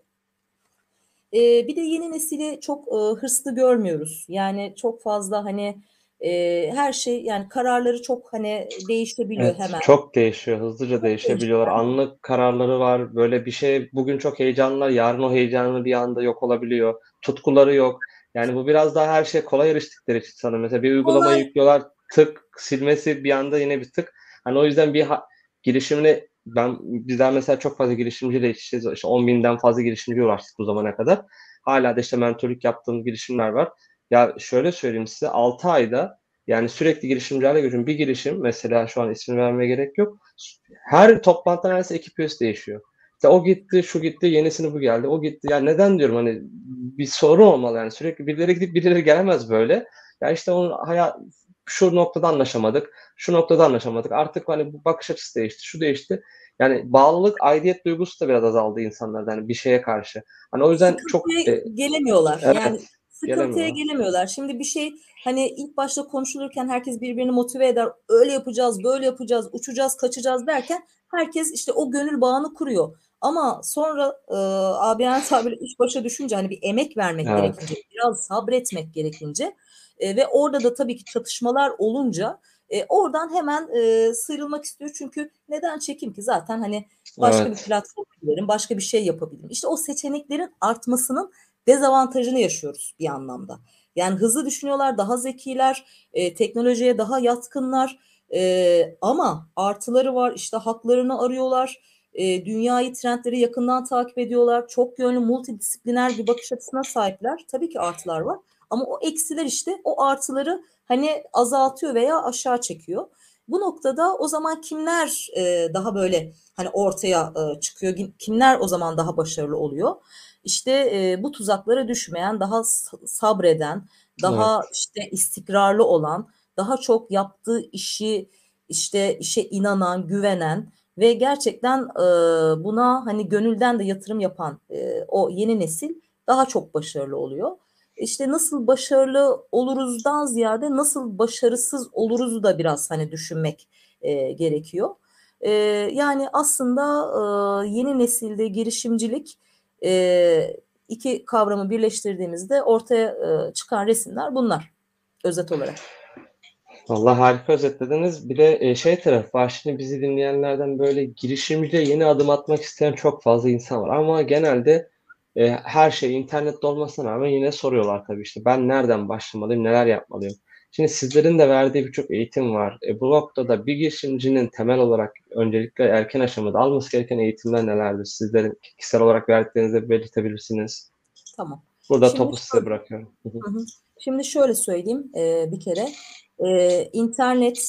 E, bir de yeni nesili çok e, hırslı görmüyoruz. Yani çok fazla hani e, her şey, yani kararları çok hani değişebiliyor Evet, hemen. çok değişiyor, hızlıca Çok değişebiliyorlar. değişiyor. Anlık kararları var. Böyle bir şey bugün çok heyecanlılar, yarın o heyecanı bir anda yok olabiliyor. Tutkuları yok. Yani bu biraz daha her şey kolay eriştikleri için sanırım. Mesela bir uygulamayı Kolay. yüklüyorlar, tık silmesi bir anda yine bir tık. Hani o yüzden bir ha- girişimini ben bizler mesela çok fazla girişimciyle iç içeyiz. İşte on binden fazla girişimci uğraştık bu zamana kadar. Hala da işte mentörlük yaptığımız girişimler var. Ya şöyle söyleyeyim size, altı ayda yani sürekli girişimcilerle görüşüyorum. Bir girişim mesela, şu an ismini vermeye gerek yok. Her toplantıda neredeyse ekip üyesi değişiyor. İşte o gitti, şu gitti, yenisini bu geldi, o gitti. Yani neden diyorum, hani bir soru olmalı yani, sürekli birileri gidip birileri gelemez böyle. Ya işte onun hayat, şu noktada anlaşamadık, şu noktada anlaşamadık. Artık hani bu bakış açısı değişti, şu değişti. Yani bağlılık, aidiyet duygusu da biraz azaldı insanlarda hani bir şeye karşı. Hani o yüzden çok Sıkıntıya e, gelemiyorlar. Yani evet, sıkıntıya gelemiyorlar. gelemiyorlar. Şimdi bir şey hani ilk başta konuşulurken herkes birbirini motive eder. Öyle yapacağız, böyle yapacağız, uçacağız, kaçacağız derken herkes işte o gönül bağını kuruyor. Ama sonra e, abiyane tabirle iş başa düşünce, hani bir emek vermek gerekince, Evet, biraz sabretmek gerekince e, ve orada da tabii ki çatışmalar olunca e, oradan hemen e, sıyrılmak istiyor. Çünkü neden çekeyim ki, zaten hani başka bir evet, platforma giderim, başka bir şey yapabilirim. İşte o seçeneklerin artmasının dezavantajını yaşıyoruz bir anlamda. Yani hızlı düşünüyorlar, daha zekiler, e, teknolojiye daha yatkınlar. E, ama artıları var, işte haklarını arıyorlar. E, dünyayı, trendleri yakından takip ediyorlar. Çok yönlü, multidisipliner bir bakış açısına sahipler. Tabii ki artılar var. Ama o eksiler işte o artıları hani azaltıyor veya aşağı çekiyor. Bu noktada o zaman kimler e, daha böyle hani ortaya e, çıkıyor, kimler o zaman daha başarılı oluyor? İşte e, bu tuzaklara düşmeyen, daha sabreden, daha evet, işte istikrarlı olan, daha çok yaptığı işi, işte işe inanan, güvenen ve gerçekten e, buna hani gönülden de yatırım yapan e, o yeni nesil daha çok başarılı oluyor. İşte nasıl başarılı oluruzdan ziyade nasıl başarısız oluruz da biraz hani düşünmek e, gerekiyor. E, Yani aslında e, yeni nesilde girişimcilik, e, iki kavramı birleştirdiğimizde ortaya e, çıkan resimler bunlar özet olarak. vallahi harika özetlediniz. Bir de e, şey tarafı var. Şimdi bizi dinleyenlerden böyle girişimciye yeni adım atmak isteyen çok fazla insan var. Ama genelde e, her şey internette olmasına rağmen yine soruyorlar tabii, işte ben nereden başlamalıyım, neler yapmalıyım? Şimdi sizlerin de verdiği birçok eğitim var. E, bu noktada bir girişimcinin temel olarak öncelikle erken aşamada alması gereken eğitimler nelerdir? Sizlerin kişisel olarak verdiklerinizi belirtebilirsiniz. Tamam. Burada Şimdi topu size şöyle, bırakıyorum. Hı hı. hı hı. Şimdi şöyle söyleyeyim e, bir kere. E, internet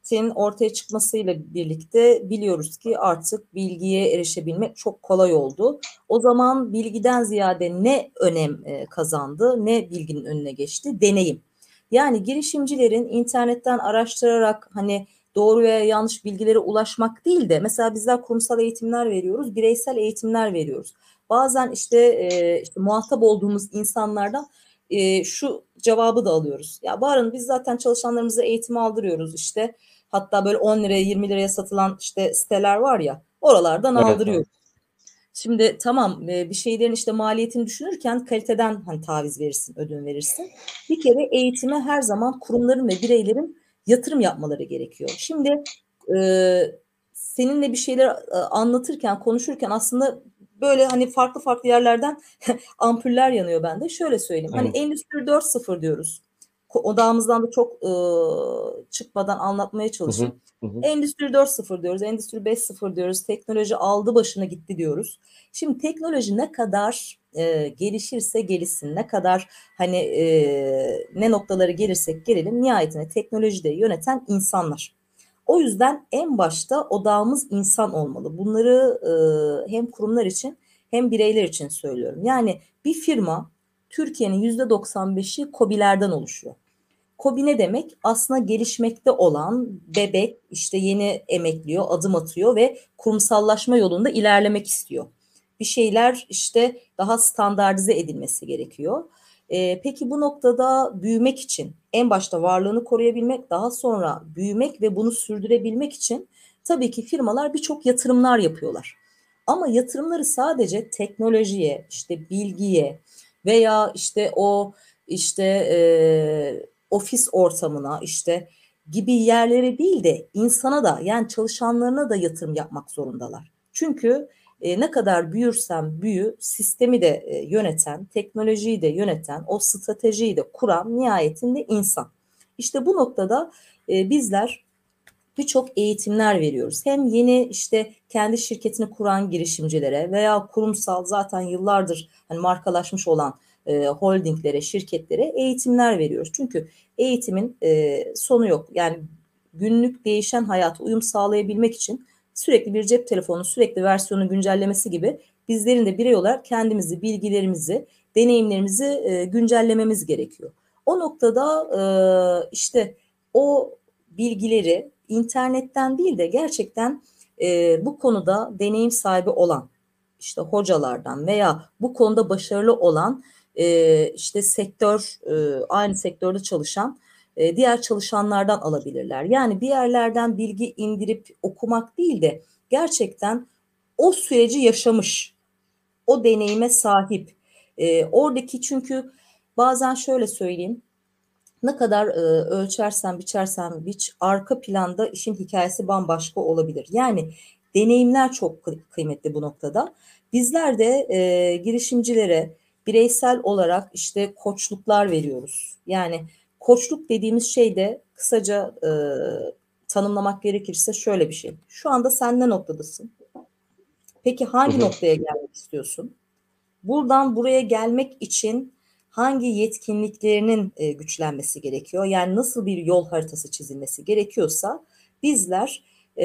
internetin ortaya çıkmasıyla birlikte biliyoruz ki artık bilgiye erişebilmek çok kolay oldu. O zaman bilgiden ziyade ne önem e, kazandı, ne bilginin önüne geçti? Deneyim. Yani girişimcilerin internetten araştırarak hani doğru veya yanlış bilgilere ulaşmak değil de mesela bizler kurumsal eğitimler veriyoruz, bireysel eğitimler veriyoruz. Bazen işte, e, işte muhatap olduğumuz insanlardan e, şu cevabı da alıyoruz. Ya Bahar'ın biz zaten çalışanlarımıza eğitim aldırıyoruz işte. Hatta böyle on liraya yirmi liraya satılan işte siteler var ya oralardan Evet, evet. aldırıyoruz. Şimdi tamam e, bir şeylerin işte maliyetini düşünürken kaliteden hani taviz verirsin, ödün verirsin. Bir kere eğitime her zaman kurumların ve bireylerin yatırım yapmaları gerekiyor. Şimdi e, seninle bir şeyler e, anlatırken, konuşurken aslında böyle hani farklı farklı yerlerden ampuller yanıyor bende. Şöyle söyleyeyim. Hani Evet. Endüstri dört nokta sıfır diyoruz. Odağımızdan da çok e, çıkmadan anlatmaya Hı hı, çalışayım. hı hı. Endüstri dört nokta sıfır diyoruz, Endüstri beş nokta sıfır diyoruz. Teknoloji aldı başına gitti diyoruz. Şimdi teknoloji ne kadar e, gelişirse gelişsin, ne kadar hani e, ne noktaları gelirsek gelelim, nihayetinde teknolojide yöneten insanlar. O yüzden en başta odağımız insan olmalı. Bunları e, hem kurumlar için hem bireyler için söylüyorum. Yani bir firma Türkiye'nin yüzde doksan beşi KOBİ'lerden oluşuyor. KOBİ ne demek? Aslında gelişmekte olan bebek işte yeni emekliyor, adım atıyor ve kurumsallaşma yolunda ilerlemek istiyor. Bir şeyler işte daha standartize edilmesi gerekiyor. Ee, peki bu noktada büyümek için en başta varlığını koruyabilmek, daha sonra büyümek ve bunu sürdürebilmek için tabii ki firmalar birçok yatırımlar yapıyorlar. Ama yatırımları sadece teknolojiye, işte bilgiye veya işte o işte e, ofis ortamına işte gibi yerlere değil de insana da yani çalışanlarına da yatırım yapmak zorundalar. Çünkü e, ne kadar büyürsen büyü sistemi de e, yöneten, teknolojiyi de yöneten, o stratejiyi de kuran nihayetinde insan. İşte bu noktada e, bizler birçok eğitimler veriyoruz. Hem yeni işte kendi şirketini kuran girişimcilere veya kurumsal zaten yıllardır hani markalaşmış olan e, holdinglere, şirketlere eğitimler veriyoruz. Çünkü eğitimin e, sonu yok. Yani günlük değişen hayata uyum sağlayabilmek için sürekli bir cep telefonu, sürekli versiyonu güncellemesi gibi bizlerin de birey olarak kendimizi, bilgilerimizi, deneyimlerimizi e, güncellememiz gerekiyor. O noktada e, işte o bilgileri internetten değil de gerçekten e, bu konuda deneyim sahibi olan işte hocalardan veya bu konuda başarılı olan e, işte sektör e, aynı sektörde çalışan e, diğer çalışanlardan alabilirler. Yani bir yerlerden bilgi indirip okumak değil de gerçekten o süreci yaşamış, o deneyime sahip. E, oradaki çünkü bazen şöyle söyleyeyim, ne kadar e, ölçersen biçersen biç arka planda işin hikayesi bambaşka olabilir. Yani deneyimler çok kıymetli bu noktada. Bizler de e, girişimcilere bireysel olarak işte koçluklar veriyoruz. Yani koçluk dediğimiz şey de kısaca e, tanımlamak gerekirse şöyle bir şey. Şu anda sen ne noktadasın? Peki Hı hangi hı. noktaya gelmek istiyorsun? Buradan buraya gelmek için hangi yetkinliklerinin e, güçlenmesi gerekiyor? Yani nasıl bir yol haritası çizilmesi gerekiyorsa bizler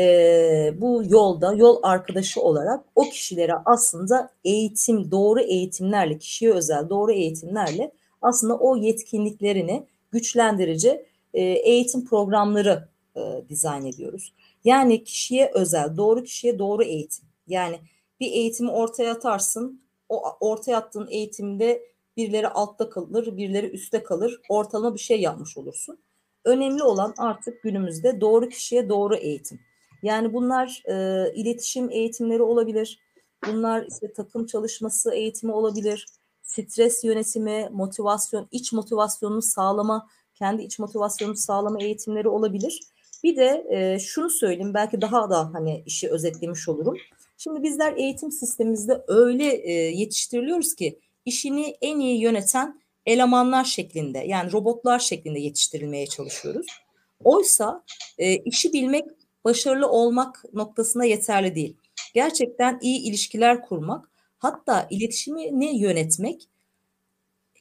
e, bu yolda yol arkadaşı olarak o kişilere aslında eğitim, doğru eğitimlerle, kişiye özel doğru eğitimlerle aslında o yetkinliklerini güçlendirici e, eğitim programları e, dizayn ediyoruz. Yani kişiye özel, doğru kişiye doğru eğitim. Yani bir eğitimi ortaya atarsın, o ortaya attığın eğitimde birileri altta kalır, birileri üstte kalır. Ortalama bir şey yapmış olursun. Önemli olan artık günümüzde doğru kişiye doğru eğitim. Yani bunlar e, iletişim eğitimleri olabilir. Bunlar işte takım çalışması eğitimi olabilir. Stres yönetimi, motivasyon, iç motivasyonunu sağlama, kendi iç motivasyonunu sağlama eğitimleri olabilir. Bir de e, şunu söyleyeyim, belki daha da hani işi özetlemiş olurum. Şimdi bizler eğitim sistemimizde öyle e, yetiştiriliyoruz ki işini en iyi yöneten elemanlar şeklinde yani robotlar şeklinde yetiştirilmeye çalışıyoruz. Oysa e, işi bilmek başarılı olmak noktasında yeterli değil. Gerçekten iyi ilişkiler kurmak, hatta iletişimini yönetmek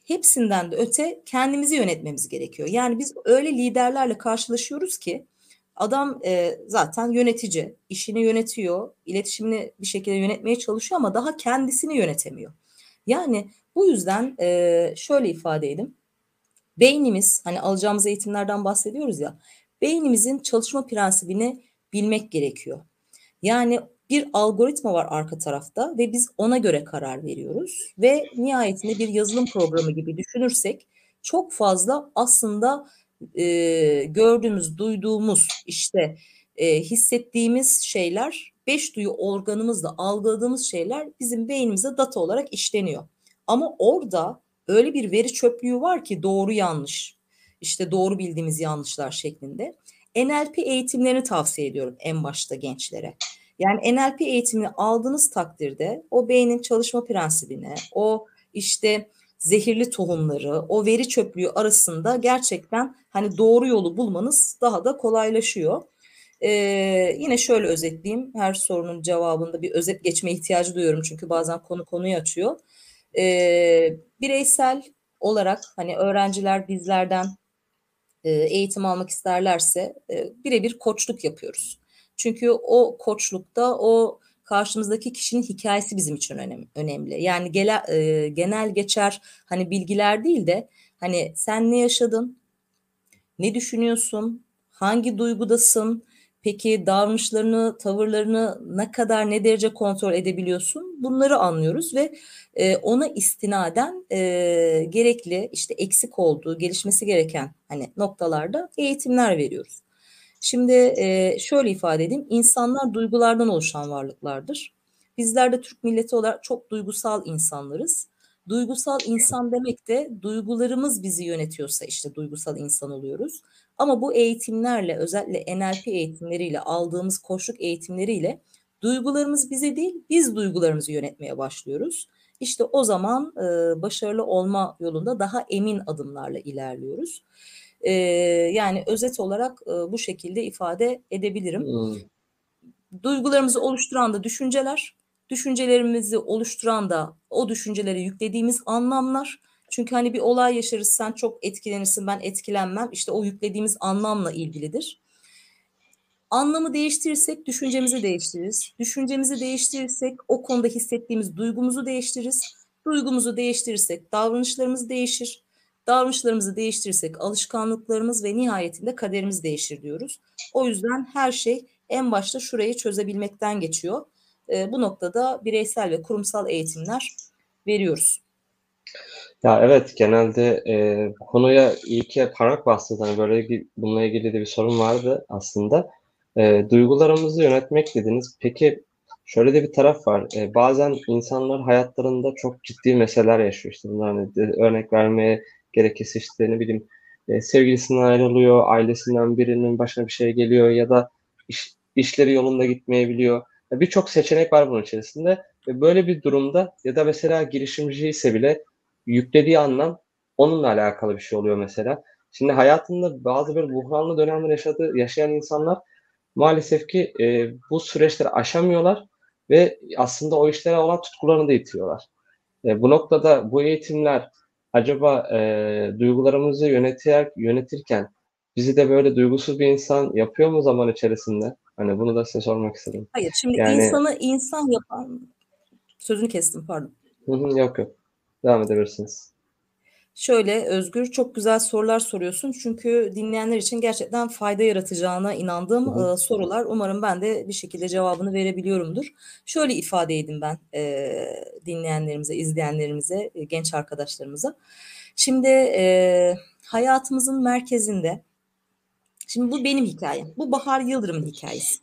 hepsinden de öte kendimizi yönetmemiz gerekiyor. Yani biz öyle liderlerle karşılaşıyoruz ki Adam e, zaten yönetici, işini yönetiyor, iletişimini bir şekilde yönetmeye çalışıyor ama daha kendisini yönetemiyor. Yani bu yüzden e, şöyle ifade edeyim. Beynimiz, hani alacağımız eğitimlerden bahsediyoruz ya, beynimizin çalışma prensibini bilmek gerekiyor. Yani bir algoritma var arka tarafta ve biz ona göre karar veriyoruz ve nihayetinde bir yazılım programı gibi düşünürsek çok fazla aslında e, gördüğümüz, duyduğumuz, işte e, hissettiğimiz şeyler, beş duyu organımızla algıladığımız şeyler bizim beynimize data olarak işleniyor. Ama orada öyle bir veri çöplüğü var ki doğru yanlış, işte doğru bildiğimiz yanlışlar şeklinde. N L P eğitimlerini tavsiye ediyorum en başta gençlere. Yani N L P eğitimini aldığınız takdirde o beynin çalışma prensibine, o işte zehirli tohumları, o veri çöplüğü arasında gerçekten hani doğru yolu bulmanız daha da kolaylaşıyor. Ee, Yine şöyle özetleyeyim. Her sorunun cevabında bir özet geçme ihtiyacı duyuyorum çünkü bazen konu konuyu açıyor. Ee, bireysel olarak hani öğrenciler bizlerden e, eğitim almak isterlerse e, birebir koçluk yapıyoruz. Çünkü o koçlukta o karşımızdaki kişinin hikayesi bizim için önem, önemli. Yani gele, e, genel geçer hani bilgiler değil de hani sen ne yaşadın, ne düşünüyorsun, hangi duygudasın, peki davranışlarını, tavırlarını ne kadar, ne derece kontrol edebiliyorsun? Bunları anlıyoruz ve e, ona istinaden e, gerekli işte eksik olduğu, gelişmesi gereken hani noktalarda eğitimler veriyoruz. Şimdi e, şöyle ifade edeyim, insanlar duygulardan oluşan varlıklardır. Bizler de Türk milleti olarak çok duygusal insanlarız. Duygusal insan demek de duygularımız bizi yönetiyorsa işte duygusal insan oluyoruz. Ama bu eğitimlerle, özellikle N L P eğitimleriyle, aldığımız koçluk eğitimleriyle duygularımız bize değil, biz duygularımızı yönetmeye başlıyoruz. İşte o zaman e, başarılı olma yolunda daha emin adımlarla ilerliyoruz. E, Yani özet olarak e, bu şekilde ifade edebilirim. Hmm. Duygularımızı oluşturan da düşünceler, düşüncelerimizi oluşturan da o düşüncelere yüklediğimiz anlamlar. Çünkü hani bir olay yaşarız, sen çok etkilenirsin, ben etkilenmem. İşte o yüklediğimiz anlamla ilgilidir. Anlamı değiştirirsek düşüncemizi değiştiririz. Düşüncemizi değiştirirsek o konuda hissettiğimiz duygumuzu değiştiririz. Duygumuzu değiştirirsek davranışlarımız değişir. Davranışlarımızı değiştirirsek alışkanlıklarımız ve nihayetinde kaderimiz değişir diyoruz. O yüzden her şey en başta şurayı çözebilmekten geçiyor. E, bu noktada bireysel ve kurumsal eğitimler veriyoruz. Ya evet, genelde e, bu konuya iyi ki parmak bastınız. Hani böyle bir, bununla ilgili de bir sorun vardı aslında. E, duygularımızı yönetmek dediniz. Peki şöyle de bir taraf var. E, bazen insanlar hayatlarında çok ciddi meseleler yaşıyor. İşte bunlar hani de- örnek vermeye gerekirse işte ne bileyim e, sevgilisinden ayrılıyor, ailesinden birinin başına bir şey geliyor ya da iş, işleri yolunda gitmeyebiliyor. Ya birçok seçenek var bunun içerisinde. Ve böyle bir durumda ya da mesela girişimci ise bile yüklediği anlam onunla alakalı bir şey oluyor mesela. Şimdi hayatında bazı böyle buhranlı dönemler yaşadığı, yaşayan insanlar maalesef ki e, bu süreçleri aşamıyorlar ve aslında o işlere olan tutkularını da yitiriyorlar. E, bu noktada bu eğitimler acaba e, duygularımızı yönetir, yönetirken bizi de böyle duygusuz bir insan yapıyor mu zaman içerisinde? Hani bunu da size sormak istedim. Hayır, şimdi Yani insanı insan yapan, sözünü kestim pardon. hı hı, yok yok. Devam edebilirsiniz. Şöyle Özgür, çok güzel sorular soruyorsun. Çünkü dinleyenler için gerçekten fayda yaratacağına Hı inandığım hı. e, sorular. Umarım ben de bir şekilde cevabını verebiliyorumdur. Şöyle ifade edeyim ben e, dinleyenlerimize, izleyenlerimize, e, genç arkadaşlarımıza. Şimdi e, hayatımızın merkezinde, şimdi bu benim hikayem. Bu Bahar Yıldırım'ın hikayesi.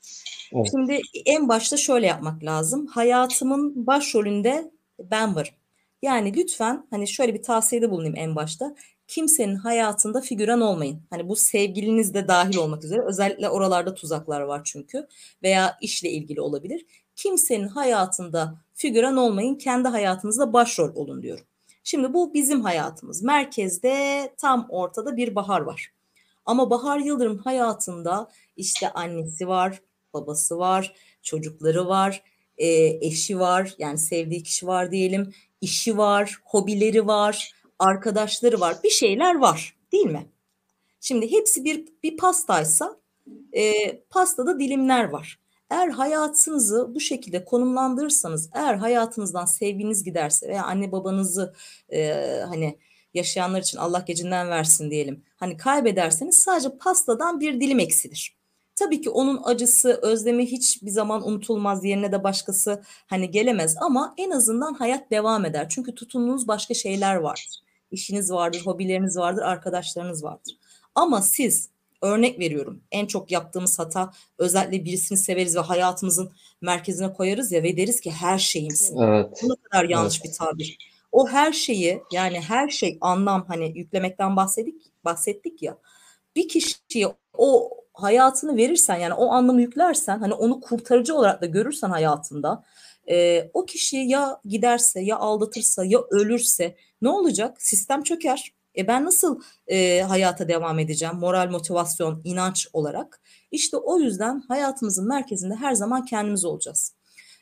Evet. Şimdi en başta şöyle yapmak lazım. Hayatımın başrolünde ben varım. Yani lütfen hani şöyle bir tavsiyede bulunayım en başta. Kimsenin hayatında figüran olmayın. Hani bu sevgiliniz de dahil olmak üzere. Özellikle oralarda tuzaklar var çünkü. Veya işle ilgili olabilir. Kimsenin hayatında figüran olmayın. Kendi hayatınızda başrol olun diyorum. Şimdi bu bizim hayatımız. Merkezde tam ortada bir Bahar var. Ama Bahar Yıldırım hayatında işte annesi var, babası var, çocukları var, e, eşi var, yani sevdiği kişi var diyelim, işi var, hobileri var, arkadaşları var, bir şeyler var, değil mi? Şimdi hepsi bir bir pastaysa E, pastada dilimler var. Eğer hayatınızı bu şekilde konumlandırırsanız, eğer hayatınızdan sevginiz giderse veya anne babanızı e, hani yaşayanlar için Allah gecinden versin diyelim. Hani kaybederseniz sadece pastadan bir dilim eksilir. Tabii ki onun acısı, özlemi hiçbir zaman unutulmaz. Yerine de başkası hani gelemez ama en azından hayat devam eder. Çünkü tutunduğunuz başka şeyler vardır. İşiniz vardır, hobileriniz vardır, arkadaşlarınız vardır. Ama siz, örnek veriyorum, en çok yaptığımız hata, özellikle birisini severiz ve hayatımızın merkezine koyarız ya ve deriz ki her şeyimsin. Bu Evet. ne kadar yanlış bir Evet. tabir. O her şeyi, yani her şey anlam, hani yüklemekten bahsettik, bahsettik ya. Bir kişiye o hayatını verirsen, yani o anlamı yüklersen, hani onu kurtarıcı olarak da görürsen hayatında, e, o kişi ya giderse, ya aldatırsa, ya ölürse ne olacak? Sistem çöker. E ben nasıl e, hayata devam edeceğim? Moral, motivasyon, inanç olarak. İşte o yüzden hayatımızın merkezinde her zaman kendimiz olacağız.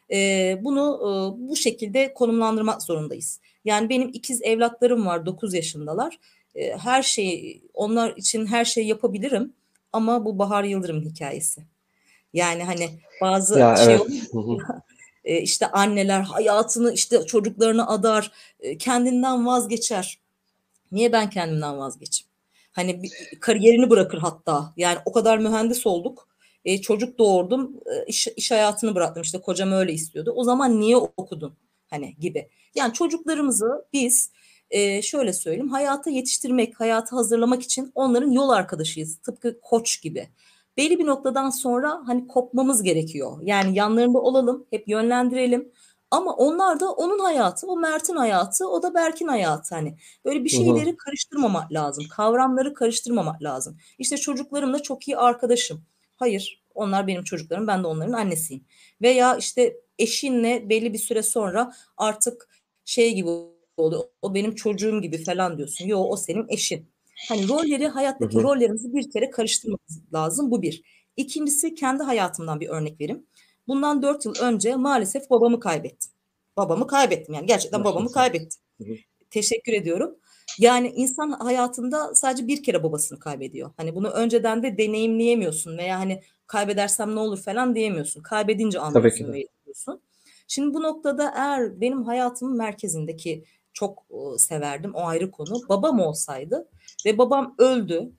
E, bunu e, bu şekilde konumlandırmak zorundayız. Yani benim ikiz evlatlarım var, dokuz yaşındalar. E, her şeyi, onlar için her şeyi yapabilirim ama bu Bahar Yıldırım hikayesi. Yani hani bazı Ya şey olur evet. Hı hı. ya, e, işte anneler hayatını işte çocuklarına adar, e, kendinden vazgeçer. Niye ben kendimden vazgeçeyim? Hani bir, kariyerini bırakır hatta. Yani o kadar mühendis olduk. E, çocuk doğurdum. E, iş, iş hayatını bıraktım. İşte kocam öyle istiyordu. O zaman niye okudun? Hani gibi. Yani çocuklarımızı biz e, şöyle söyleyeyim. Hayata yetiştirmek, hayata hazırlamak için onların yol arkadaşıyız. Tıpkı koç gibi. Belli bir noktadan sonra hani kopmamız gerekiyor. Yani yanlarında olalım, hep yönlendirelim. Ama onlar da onun hayatı, o Mert'in hayatı, o da Berk'in hayatı. Hani böyle bir Hı hı. şeyleri karıştırmamak lazım. Kavramları karıştırmamak lazım. İşte çocuklarımla çok iyi arkadaşım. Hayır, onlar benim çocuklarım, ben de onların annesiyim. Veya işte eşinle belli bir süre sonra artık şey gibi oluyor. O benim çocuğum gibi falan diyorsun. Yo, o senin eşin. Hani rolleri, Hı hayattaki hı. rollerimizi bir kere karıştırmamız lazım. Bu bir. İkincisi, kendi hayatımdan bir örnek vereyim. Bundan dört yıl önce maalesef babamı kaybettim. Babamı kaybettim, yani gerçekten babamı Başlasın. kaybettim. Hı hı. Teşekkür ediyorum. Yani insan hayatında sadece bir kere babasını kaybediyor. Hani bunu önceden de deneyimleyemiyorsun veya hani kaybedersem ne olur falan diyemiyorsun. Kaybedince Tabii ki anlıyorsun de. ve yaşıyorsun. Şimdi bu noktada eğer benim hayatımın merkezindeki, çok e, severdim, o ayrı konu, babam olsaydı ve babam öldü.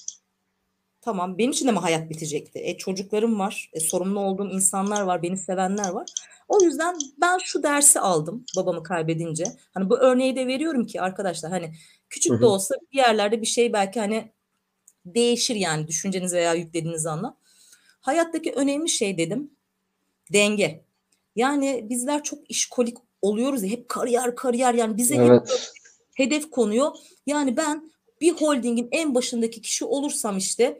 Tamam, benim için de mi hayat bitecekti? E, çocuklarım var, e, sorumlu olduğum insanlar var, beni sevenler var. O yüzden ben şu dersi aldım babamı kaybedince. Hani bu örneği de veriyorum ki arkadaşlar, hani Hı küçük de hı. olsa bir yerlerde bir şey belki hani değişir, yani düşünceniz veya yüklediğiniz anlam. Hayattaki önemli şey dedim, denge. Yani bizler çok işkolik oluyoruz ya, hep kariyer kariyer, yani bize hep böyle Evet. hedef konuyor. Yani ben bir holdingin en başındaki kişi olursam işte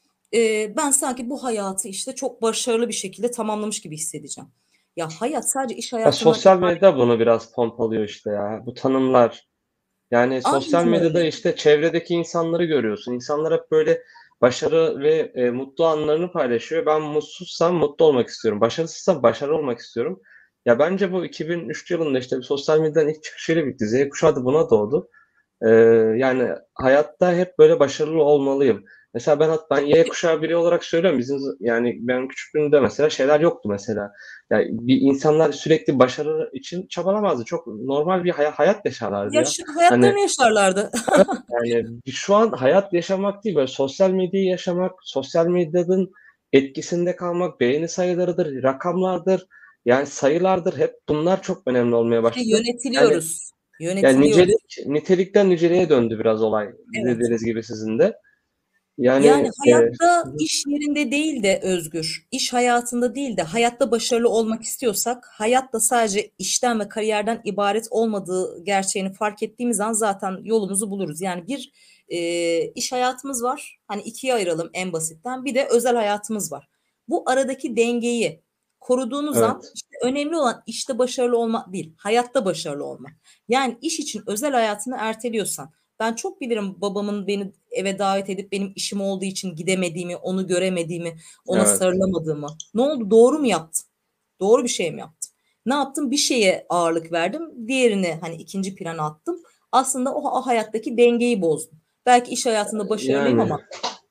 e, ben sanki bu hayatı işte çok başarılı bir şekilde tamamlamış gibi hissedeceğim. Ya hayat sadece iş Ya hayatından sosyal ibaret. medya bunu biraz pompalıyor işte ya. Bu tanımlar. Yani sosyal Aynen medyada öyle. işte çevredeki insanları görüyorsun. İnsanlar hep böyle başarı ve e, mutlu anlarını paylaşıyor. Ben mutsuzsam mutlu olmak istiyorum. Başarısızsam başarılı olmak istiyorum. Ya bence bu iki bin üç yılında işte bir sosyal medyanın ilk çıkışıyla bitti. Z kuşağı da buna doğdu. Ee, Yani hayatta hep böyle başarılı olmalıyım. Mesela ben hat- ben Y kuşağı biri olarak söylüyorum. Bizim z- yani ben küçüklüğümde mesela şeyler yoktu mesela. Yani bir insanlar sürekli başarı için çabalamazdı. Çok normal bir hay- hayat yaşarlardı ya. Yaş Hani hayatlarını yaşarlardı. yani şu an hayat yaşamak değil, böyle sosyal medyayı yaşamak, sosyal medyanın etkisinde kalmak, beğeni sayılarıdır, rakamlardır, yani sayılardır. Hep bunlar çok önemli olmaya Bir de başladı. Yani yönetiliyoruz. yani Yönetiliyoruz. nicelik, nitelikten niceliğe döndü biraz olay Evet. dediğiniz gibi sizin de. Yani Yani e, hayatta iş yerinde değil de Özgür, iş hayatında değil de hayatta başarılı olmak istiyorsak, hayat da sadece işten ve kariyerden ibaret olmadığı gerçeğini fark ettiğimiz an zaten yolumuzu buluruz. Yani bir e, iş hayatımız var, hani ikiye ayıralım en basitten, bir de özel hayatımız var. Bu aradaki dengeyi koruduğunuz an evet. işte önemli olan işte başarılı olmak değil, hayatta başarılı olmak. Yani iş için özel hayatını erteliyorsan, ben çok bilirim babamın beni eve davet edip benim işim olduğu için gidemediğimi, onu göremediğimi, ona Evet. sarılamadığımı. Ne oldu? Doğru mu yaptım? Doğru bir şey mi yaptım? Ne yaptım? Bir şeye ağırlık verdim. Diğerini hani ikinci plana attım. Aslında o, o hayattaki dengeyi bozdum. Belki iş hayatında başarılıyım Yani ama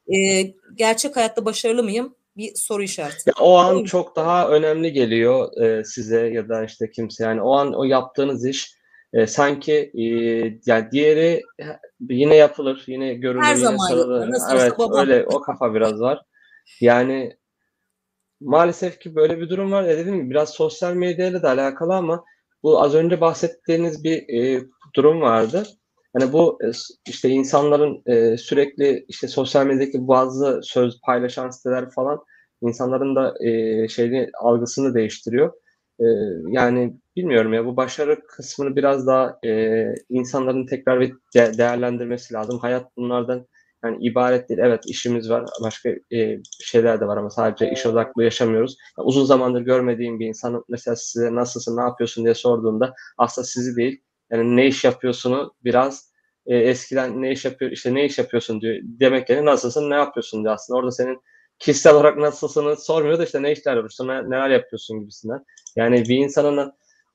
e, gerçek hayatta başarılı mıyım? Bir soru işareti. Ya, o Değil an mi? çok daha önemli geliyor, eee, size ya da, işte, kimse. Yani o an o yaptığınız iş, eee, sanki, iii, ya, diğeri he yine yapılır, yine Her görülür, yine zaman sarılır. yapılır. Nasıl olsa Evet, babam. öyle o kafa biraz var. Yani maalesef ki böyle bir durum var. Ya, dediğim gibi biraz sosyal medyayla da alakalı ama bu az önce bahsettiğiniz bir, eee, durum vardı. Hani, bu, eee, s işte, insanların, eee, sürekli, işte, sosyal medyadaki bazı söz paylaşan siteler falan insanların da, eee, şeyini, algısını değiştiriyor. Eee, yani bilmiyorum ya, bu başarı kısmını biraz daha, eee, insanların tekrar bir de değerlendirmesi lazım. Hayat bunlardan, yani, ibaret değil. Evet, işimiz var, başka, eee, şeyler de var ama sadece iş odaklı yaşamıyoruz. Ya, uzun zamandır görmediğim bir insan mesela size "Nasılsın, ne yapıyorsun?" diye sorduğunda aslında sizi değil, yani, ne iş yapıyorsunu biraz, eee, eskiden "Ne iş yapıyor işte, ne iş yapıyorsun?" diyor demek yerine "Nasılsın, ne yapıyorsun?" diyor aslında. Orada senin kişisel olarak nasılsını sormuyor da, işte, "Ne işler yapıyorsun, ne neler yapıyorsun?" gibisinden. Yani, bir insanın,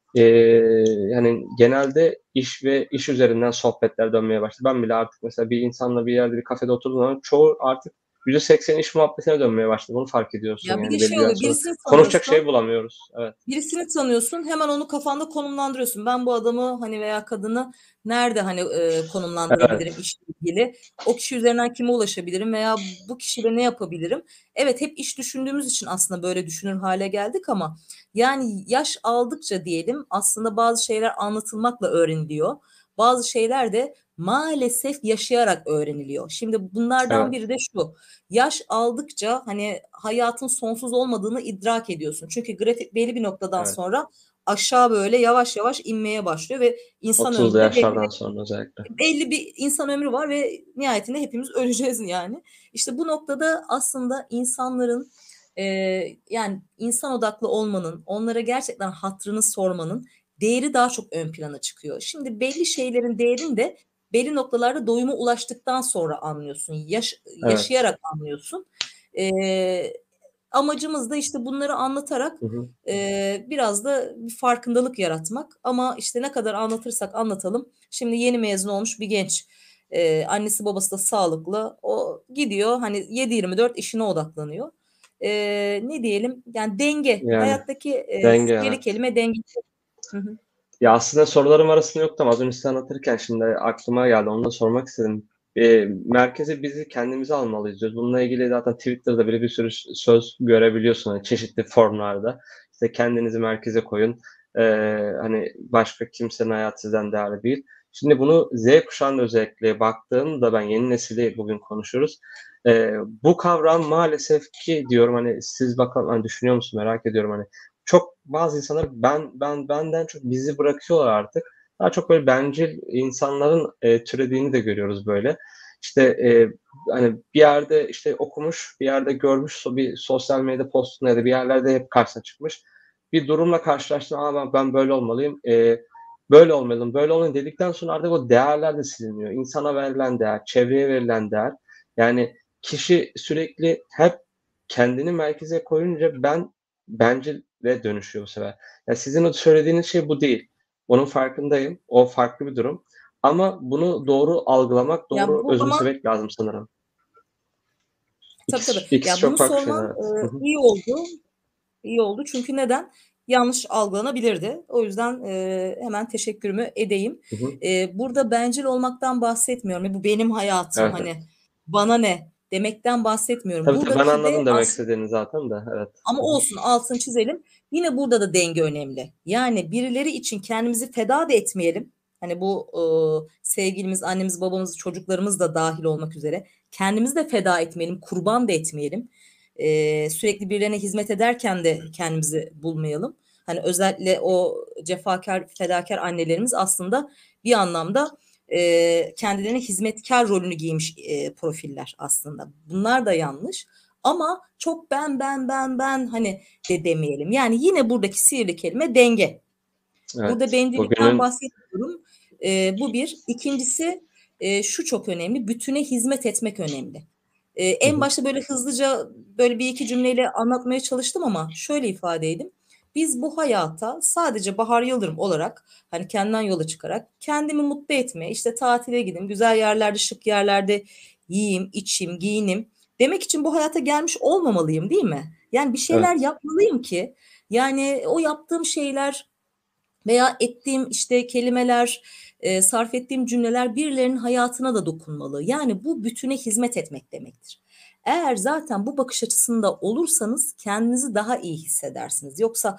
eee, yani, genelde iş ve iş üzerinden sohbetler dönmeye başladı. Ben bile artık mesela bir insanla bir yerde, bir kafede oturduğum zaman çoğu artık yüzde seksen iş muhabbetine dönmeye başladı. Bunu fark ediyorsun, Ya bir de yani, belli şey bir yerden oluyor, sonra. birisini Konuşacak şey tanıyorsun. bulamıyoruz. Evet. Birisini tanıyorsun, hemen onu kafanda konumlandırıyorsun. Ben bu adamı hani veya kadını nerede hani e, konumlandırabilirim Evet. işle ilgili? O kişi üzerinden kime ulaşabilirim veya bu kişiyle ne yapabilirim? Evet, hep iş düşündüğümüz için aslında böyle düşünür hale geldik ama yani yaş aldıkça diyelim aslında bazı şeyler anlatılmakla öğreniliyor. Bazı şeyler de maalesef yaşayarak öğreniliyor. Şimdi bunlardan Evet. biri de şu. Yaş aldıkça hani hayatın sonsuz olmadığını idrak ediyorsun. Çünkü grafik belli bir noktadan Evet. sonra aşağı böyle yavaş yavaş inmeye başlıyor ve insan ömrü otuzlu de belli yaşlardan sonra özellikle. belli bir insan ömrü var ve nihayetinde hepimiz öleceğiz yani. İşte bu noktada aslında insanların e, yani insan odaklı olmanın, onlara gerçekten hatırını sormanın değeri daha çok ön plana çıkıyor. Şimdi belli şeylerin değerini de belli noktalarda doyuma ulaştıktan sonra anlıyorsun. Yaş, Evet. yaşayarak anlıyorsun. E, Amacımız da işte bunları anlatarak Hı hı. e, biraz da bir farkındalık yaratmak. Ama işte ne kadar anlatırsak anlatalım. Şimdi yeni mezun olmuş bir genç. E, annesi babası da sağlıklı. O gidiyor hani yedi yirmi dört işine odaklanıyor. E, ne diyelim? Yani denge. Yani Hayattaki e, denge, sihirli evet. kelime denge. Hı hı. Ya, aslında sorularım arasında yoktu ama az önce size anlatırken şimdi aklıma geldi. Onu da sormak istedim. Eee, merkeze bizi kendimize almalıyız diyoruz. Bununla ilgili zaten Twitter'da bile bir sürü ş söz görebiliyorsun, hani, çeşitli formlarda. İşte, kendinizi merkeze koyun, eee, hani, başka kimsenin hayatı sizden değerli değil. Şimdi bunu Z kuşağında özellikle baktığımda ben yeni nesili bugün konuşuyoruz. Eee, bu kavram maalesef ki diyorum, hani, siz bakalım, hani, düşünüyor musun merak ediyorum, hani, çok bazı insanlar ben ben benden çok bizi bırakıyorlar artık. Daha çok böyle bencil insanların, eee, türediğini de görüyoruz böyle. İşte, eee, hani, bir yerde, işte, okumuş, bir yerde görmüş, so bir sosyal medya postunda ya da bir yerlerde hep karşısına çıkmış. Bir durumla karşılaştığında, "A, ben ben böyle olmalıyım, eee, böyle olmalıyım, böyle olmalıyım." dedikten sonra artık o değerler de siliniyor. İnsana verilen değer, çevreye verilen değer. Yani kişi sürekli hep kendini merkeze koyunca ben bencile dönüşüyor bu sefer. Ya, sizin o söylediğiniz şey bu değil. Onun farkındayım. O farklı bir durum ama bunu doğru algılamak, Yani doğru bu ama özümsemek lazım sanırım. tabii tabii. İkisi ikisi Ya bunu çok farklı şeyler, sorman evet. Hı e, hı. iyi oldu. İyi oldu. Çünkü neden? Yanlış algılanabilirdi. O yüzden e, hemen teşekkürümü edeyim. Hı hı. E, burada bencil olmaktan bahsetmiyorum. E, Bu benim hayatım Evet, hani evet. bana ne demekten bahsetmiyorum. Tabii, tabii, ben Buradaki de anladım demek aslında istediğini zaten de. Evet. ama Hı hı. olsun altını çizelim. Yine burada da denge önemli. Yani birileri için kendimizi feda da etmeyelim. Hani bu e, sevgilimiz, annemiz, babamız, çocuklarımız da dahil olmak üzere. Kendimizi de feda etmeyelim, kurban da etmeyelim. E, sürekli birilerine hizmet ederken de kendimizi bulmayalım. Hani özellikle o cefakar, fedakar annelerimiz aslında bir anlamda e, kendilerine hizmetkar rolünü giymiş e, profiller aslında. Bunlar da yanlış. Ama çok ben ben ben ben hani de demeyelim. Yani yine buradaki sihirli kelime denge. Burada Evet. bencillikten Bugünün bahsetmiyorum. Ee, bu bir. İkincisi e, şu çok önemli. Bütüne hizmet etmek önemli. Ee, Hı en hı. başta böyle hızlıca böyle bir iki cümleyle anlatmaya çalıştım ama şöyle ifade edeyim. Biz bu hayata sadece Bahar Yıldırım olarak hani kendimden yola çıkarak kendimi mutlu etme, işte tatile gideyim, güzel yerlerde, şık yerlerde yiyeyim, içeyim, giyinim. Demek için bu hayata gelmiş olmamalıyım, değil mi? Yani bir şeyler Evet. yapmalıyım ki yani o yaptığım şeyler veya ettiğim işte kelimeler, e, sarf ettiğim cümleler birilerinin hayatına da dokunmalı. Yani bu bütüne hizmet etmek demektir. Eğer zaten bu bakış açısında olursanız kendinizi daha iyi hissedersiniz. Yoksa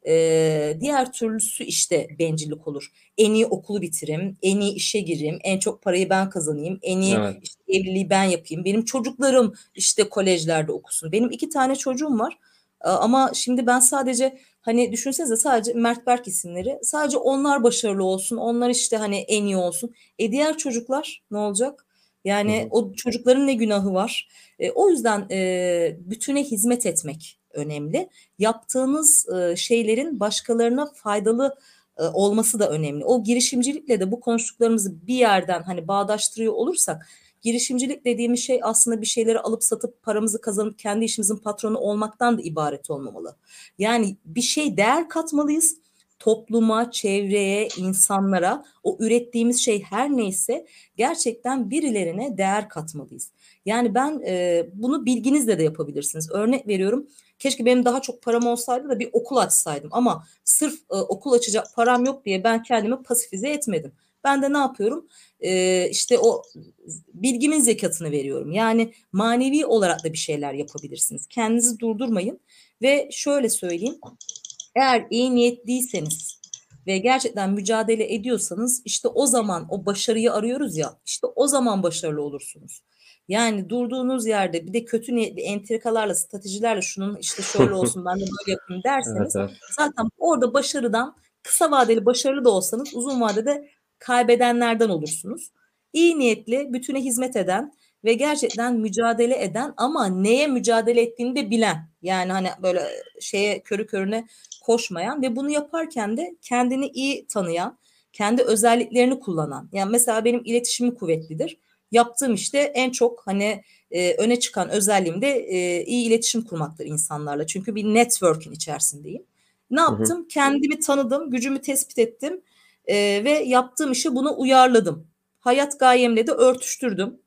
e, diğer türlüsü işte bencillik olur. En iyi okulu bitireyim, en iyi işe gireyim, en çok parayı ben kazanayım, en iyi Evet. işte evliliği ben yapayım. Benim çocuklarım işte kolejlerde okusun. Benim iki tane çocuğum var. E, Ama şimdi ben sadece hani düşünsenize sadece Mert Berk isimleri sadece onlar başarılı olsun. Onlar işte hani en iyi olsun. E diğer çocuklar ne olacak? Hı Yani hı. o çocukların ne günahı var? E, o yüzden e, bütüne hizmet etmek önemli. Yaptığınız e, şeylerin başkalarına faydalı e, olması da önemli. O girişimcilikle de bu konuştuklarımızı bir yerden hani bağdaştırıyor olursak girişimcilik dediğimiz şey aslında bir şeyleri alıp satıp paramızı kazanıp kendi işimizin patronu olmaktan da ibaret olmamalı. Yani bir şey değer katmalıyız. Topluma, çevreye, insanlara o ürettiğimiz şey her neyse gerçekten birilerine değer katmalıyız. Yani ben e, bunu bilginizle de yapabilirsiniz. Örnek veriyorum. Keşke benim daha çok param olsaydı da bir okul açsaydım. Ama sırf e, okul açacak param yok diye ben kendimi pasifize etmedim. Ben de ne yapıyorum? E, işte o bilgimin zekatını veriyorum. Yani manevi olarak da bir şeyler yapabilirsiniz. Kendinizi durdurmayın. Ve şöyle söyleyeyim. Eğer iyi niyetliyseniz ve gerçekten mücadele ediyorsanız işte o zaman o başarıyı arıyoruz ya işte o zaman başarılı olursunuz. Yani durduğunuz yerde bir de kötü niyetli entrikalarla, stratejilerle şunun işte şöyle olsun ben de böyle yapayım Evet, derseniz evet. zaten orada başarıdan kısa vadeli başarılı da olsanız uzun vadede kaybedenlerden olursunuz. İyi niyetli, bütüne hizmet eden ve gerçekten mücadele eden ama neye mücadele ettiğini de bilen. Yani hani böyle şeye körü körüne koşmayan ve bunu yaparken de kendini iyi tanıyan, kendi özelliklerini kullanan. Yani mesela benim iletişimim kuvvetlidir. Yaptığım işte en çok hani e, öne çıkan özelliğim de e, iyi iletişim kurmaktır insanlarla. Çünkü bir network'ün içerisindeyim. Ne Hı hı. yaptım? Kendimi tanıdım, gücümü tespit ettim e, ve yaptığım işi buna uyarladım. Hayat gayemle de örtüştürdüm.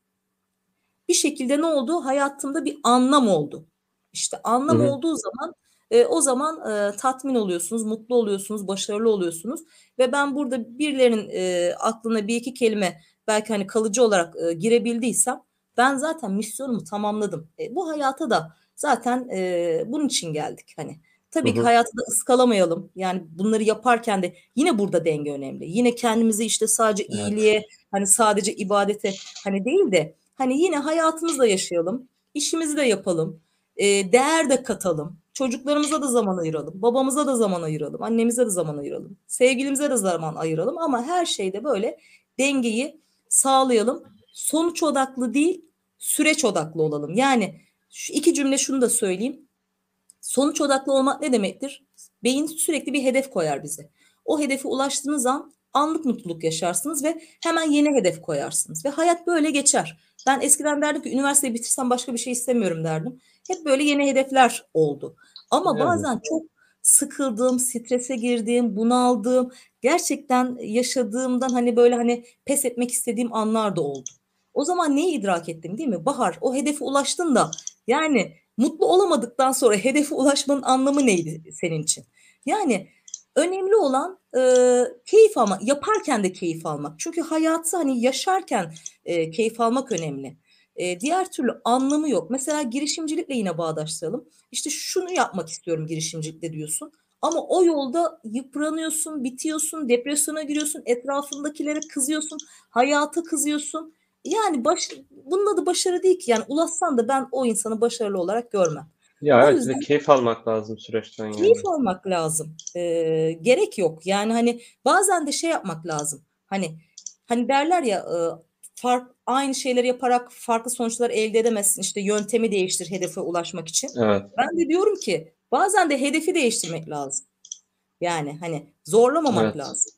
Bir şekilde ne oldu? Hayatımda bir anlam oldu. İşte Hı anlam hı. olduğu zaman e, o zaman e, tatmin oluyorsunuz, mutlu oluyorsunuz, başarılı oluyorsunuz. Ve ben burada birilerinin e, aklına bir iki kelime belki hani kalıcı olarak e, girebildiysem ben zaten misyonumu tamamladım. E, bu hayata da zaten e, bunun için geldik hani. Hı Tabii ki hı. hayatı da ıskalamayalım. Yani bunları yaparken de yine burada denge önemli. Yine kendimizi işte sadece Evet. iyiliğe hani sadece ibadete hani değil de hani yine hayatımızda yaşayalım, işimizi de yapalım, e, değer de katalım, çocuklarımıza da zaman ayıralım, babamıza da zaman ayıralım, annemize de zaman ayıralım, sevgilimize de zaman ayıralım ama her şeyde böyle dengeyi sağlayalım. Sonuç odaklı değil, süreç odaklı olalım. Yani şu iki cümle şunu da söyleyeyim. Sonuç odaklı olmak ne demektir? Beyin sürekli bir hedef koyar bize. O hedefe ulaştığınız an anlık mutluluk yaşarsınız ve hemen yeni hedef koyarsınız. Ve hayat böyle geçer. Ben eskiden derdim ki üniversiteyi bitirsem başka bir şey istemiyorum derdim. Hep böyle yeni hedefler oldu. Ama Yani. bazen çok sıkıldığım, strese girdiğim, bunaldığım, gerçekten yaşadığımdan hani böyle hani pes etmek istediğim anlar da oldu. O zaman neyi idrak ettim değil mi? Bahar, o hedefe ulaştın da yani mutlu olamadıktan sonra hedefe ulaşmanın anlamı neydi senin için? Yani önemli olan e, keyif almak, yaparken de keyif almak. Çünkü hayatı hani yaşarken e, keyif almak önemli. E, diğer türlü anlamı yok. Mesela girişimcilikle yine bağdaştıralım. İşte şunu yapmak istiyorum girişimcilikle diyorsun. Ama o yolda yıpranıyorsun, bitiyorsun, depresyona giriyorsun, etrafındakilere kızıyorsun, hayata kızıyorsun. Yani baş, bunun adı başarı değil ki. Yani ulaşsan da ben o insanı başarılı olarak görmem. Ya, O evet, bir de yüzden keyif almak lazım süreçten keyif yani. almak lazım. Ee, gerek yok. Yani hani bazen de şey yapmak lazım. Hani hani derler ya e, fark aynı şeyleri yaparak farklı sonuçlar elde edemezsin. İşte yöntemi değiştir hedefe ulaşmak için. Evet, Ben de diyorum ki bazen de hedefi değiştirmek lazım. Yani hani zorlamamak evet. lazım.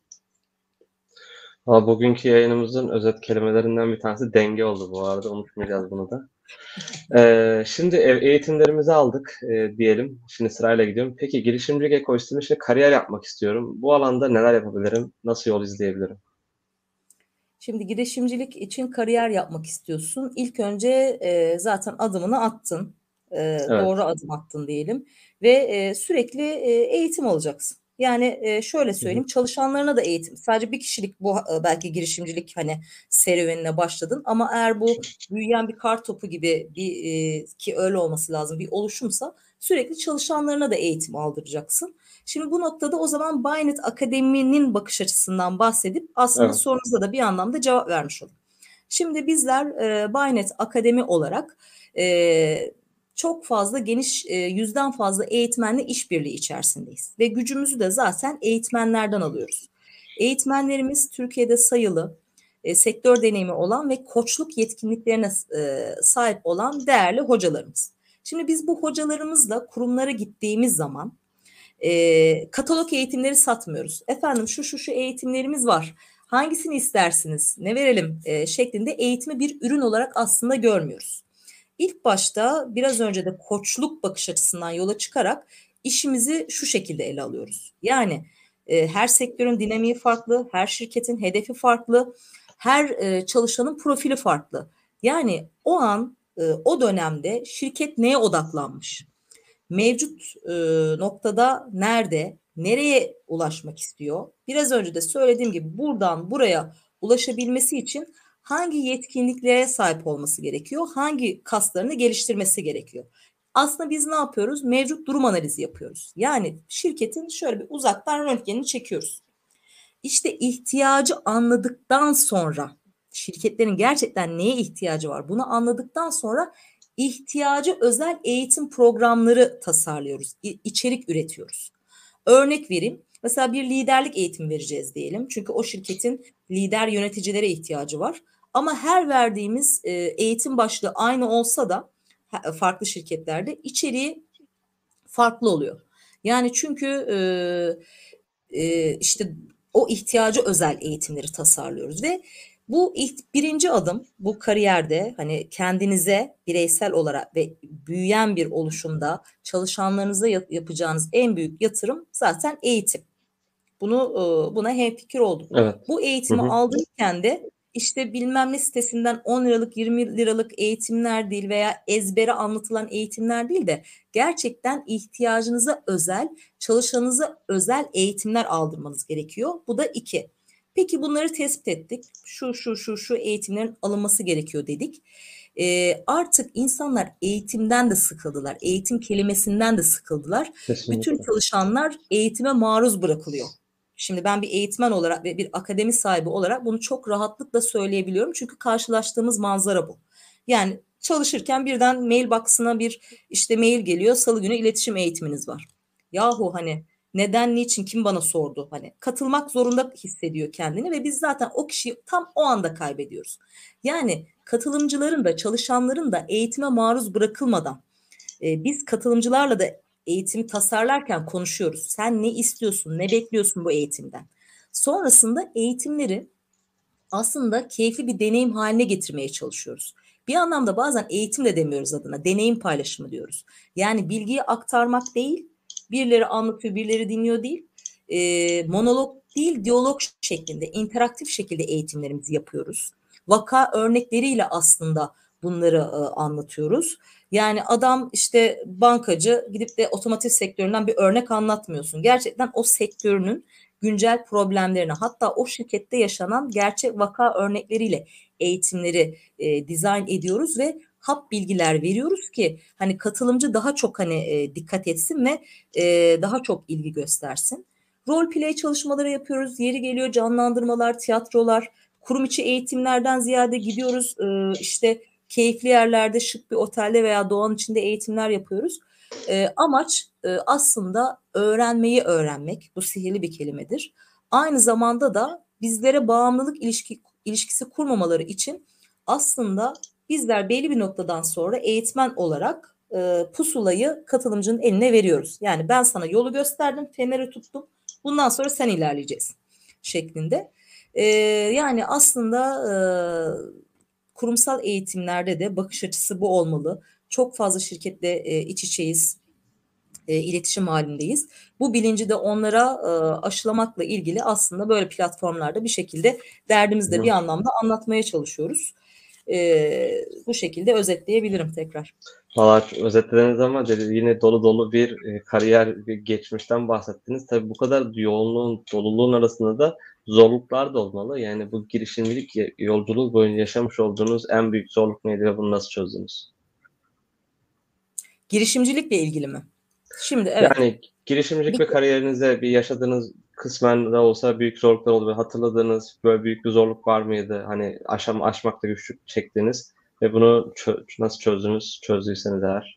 Valla bugünkü yayınımızın özet kelimelerinden bir tanesi denge oldu bu arada. Unutmayacağız bunu da. Ee, şimdi ev eğitimlerimizi aldık e, diyelim. Şimdi sırayla gidiyorum. Peki girişimcilik ekosistemi işte kariyer yapmak istiyorum. Bu alanda neler yapabilirim? Nasıl yol izleyebilirim? Şimdi girişimcilik için kariyer yapmak istiyorsun. İlk önce e, zaten adımını attın. E, doğru Evet. adım attın diyelim. Ve e, sürekli e, eğitim alacaksın. Yani e, şöyle Hı hı. söyleyeyim, çalışanlarına da eğitim. Sadece bir kişilik bu e, belki girişimcilik hani serüvenine başladın. Ama eğer bu büyüyen bir kar topu gibi bir e, ki öyle olması lazım bir oluşumsa sürekli çalışanlarına da eğitim aldıracaksın. Şimdi bu noktada o zaman Bynet Akademi'nin bakış açısından bahsedip aslında Evet. sorunuza da bir anlamda cevap vermiş oldum. Şimdi bizler e, Bynet Akademi olarak e, çok fazla geniş e, yüzden fazla eğitmenle işbirliği içerisindeyiz. Ve gücümüzü de zaten eğitmenlerden alıyoruz. Eğitmenlerimiz Türkiye'de sayılı, e, sektör deneyimi olan ve koçluk yetkinliklerine e, sahip olan değerli hocalarımız. Şimdi biz bu hocalarımızla kurumlara gittiğimiz zaman e, katalog eğitimleri satmıyoruz. Efendim şu şu şu eğitimlerimiz var. Hangisini istersiniz? Ne verelim? E, şeklinde eğitimi bir ürün olarak aslında görmüyoruz. İlk başta biraz önce de koçluk bakış açısından yola çıkarak işimizi şu şekilde ele alıyoruz. Yani e, her sektörün dinamiği farklı, her şirketin hedefi farklı, her e, çalışanın profili farklı. Yani o an, e, o dönemde şirket neye odaklanmış? Mevcut e, noktada nerede, nereye ulaşmak istiyor? Biraz önce de söylediğim gibi buradan buraya ulaşabilmesi için hangi yetkinliklere sahip olması gerekiyor? Hangi kaslarını geliştirmesi gerekiyor? Aslında biz ne yapıyoruz? Mevcut durum analizi yapıyoruz. Yani şirketin şöyle bir uzaktan röntgenini çekiyoruz. İşte ihtiyacı anladıktan sonra şirketlerin gerçekten neye ihtiyacı var bunu anladıktan sonra ihtiyacı özel eğitim programları tasarlıyoruz, içerik üretiyoruz. Örnek vereyim. Mesela bir liderlik eğitimi vereceğiz diyelim. Çünkü o şirketin lider yöneticilere ihtiyacı var. Ama her verdiğimiz e, eğitim başlığı aynı olsa da farklı şirketlerde içeriği farklı oluyor. Yani çünkü e, e, işte o ihtiyacı özel eğitimleri tasarlıyoruz ve bu birinci adım bu kariyerde hani kendinize bireysel olarak ve büyüyen bir oluşumda çalışanlarınıza yapacağınız en büyük yatırım zaten eğitim. Bunu buna hemfikir olduk. Evet. Bu Hı eğitimi hı. aldırırken de işte bilmem ne sitesinden on liralık yirmi liralık eğitimler değil veya ezbere anlatılan eğitimler değil de gerçekten ihtiyacınıza özel, çalışanınıza özel eğitimler aldırmanız gerekiyor. Bu da iki. Peki bunları tespit ettik. Şu şu şu şu eğitimlerin alınması gerekiyor dedik. Ee, artık insanlar eğitimden de sıkıldılar. Eğitim kelimesinden de sıkıldılar. Bütün Kesinlikle. çalışanlar eğitime maruz bırakılıyor. Şimdi ben bir eğitmen olarak ve bir akademi sahibi olarak bunu çok rahatlıkla söyleyebiliyorum. Çünkü karşılaştığımız manzara bu. Yani çalışırken birden mailbox'ına bir işte mail geliyor. Salı günü iletişim eğitiminiz var. Yahu hani neden, niçin, kim bana sordu? Hani katılmak zorunda hissediyor kendini ve biz zaten o kişiyi tam o anda kaybediyoruz. Yani katılımcıların da çalışanların da eğitime maruz bırakılmadan e, biz katılımcılarla da eğitimi tasarlarken konuşuyoruz. Sen ne istiyorsun, ne bekliyorsun bu eğitimden? Sonrasında eğitimleri aslında keyifli bir deneyim haline getirmeye çalışıyoruz. Bir anlamda bazen eğitim de demiyoruz adına, deneyim paylaşımı diyoruz. Yani bilgiyi aktarmak değil, birileri anlatıyor, birileri dinliyor değil, e, monolog değil, diyalog şeklinde, interaktif şekilde eğitimlerimizi yapıyoruz. Vaka örnekleriyle aslında bunları e, anlatıyoruz. Yani adam işte bankacı gidip de otomotiv sektöründen bir örnek anlatmıyorsun. Gerçekten o sektörünün güncel problemlerine hatta o şirkette yaşanan gerçek vaka örnekleriyle eğitimleri e, dizayn ediyoruz ve hap bilgiler veriyoruz ki hani katılımcı daha çok hani e, dikkat etsin ve e, daha çok ilgi göstersin. Role play çalışmaları yapıyoruz. Yeri geliyor canlandırmalar, tiyatrolar, kurum içi eğitimlerden ziyade gidiyoruz e, işte keyifli yerlerde şık bir otelde veya doğanın içinde eğitimler yapıyoruz. E, amaç e, aslında öğrenmeyi öğrenmek. Bu sihirli bir kelimedir. Aynı zamanda da bizlere bağımlılık ilişki, ilişkisi kurmamaları için aslında bizler belli bir noktadan sonra eğitmen olarak e, pusulayı katılımcının eline veriyoruz. Yani ben sana yolu gösterdim, feneri tuttum. Bundan sonra sen ilerleyeceksin şeklinde. E, yani aslında e, kurumsal eğitimlerde de bakış açısı bu olmalı. Çok fazla şirketle e, iç içeyiz. e, iletişim halindeyiz. Bu bilinci de onlara e, aşılamakla ilgili aslında böyle platformlarda bir şekilde derdimizi de bir anlamda anlatmaya çalışıyoruz. E, bu şekilde özetleyebilirim tekrar. Valla özetlediniz ama dedi, yine dolu dolu bir e, kariyer, bir geçmişten bahsettiniz. Tabii bu kadar yoğunluğun, doluluğun arasında da zorluklar da olmalı. Yani bu girişimcilik yolculuğu boyunca yaşamış olduğunuz en büyük zorluk neydi ve bunu nasıl çözdünüz? Girişimcilikle ilgili mi? Şimdi evet. Yani girişimcilik Bir, ve kariyerinizde bir yaşadığınız kısmen de olsa büyük zorluklar oldu. Hatırladığınız böyle büyük bir zorluk var mıydı? Hani aşam, aşmakta güçlük çektiğiniz ve bunu çö- nasıl çözdünüz? Çözdüyseniz eğer.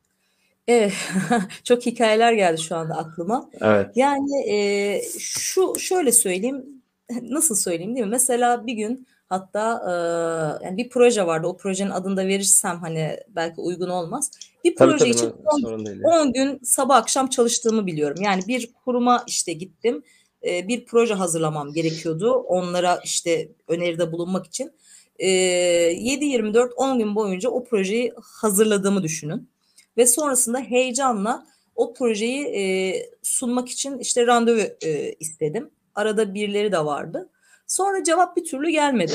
evet, çok hikayeler geldi şu anda aklıma. Evet. Yani e, şu şöyle söyleyeyim, nasıl söyleyeyim değil mi? Mesela bir gün hatta e, yani bir proje vardı. O projenin adını da verirsem hani belki uygun olmaz. Bir Tabii proje tabii için no- sorun değil ya. on gün sabah akşam çalıştığımı biliyorum. Yani bir kuruma işte gittim. E, bir proje hazırlamam gerekiyordu. Onlara işte öneride bulunmak için. E, yedi yirmi dört on gün boyunca o projeyi hazırladığımı düşünün. Ve sonrasında heyecanla o projeyi e, sunmak için işte randevu e, istedim. Arada birileri de vardı. Sonra cevap bir türlü gelmedi.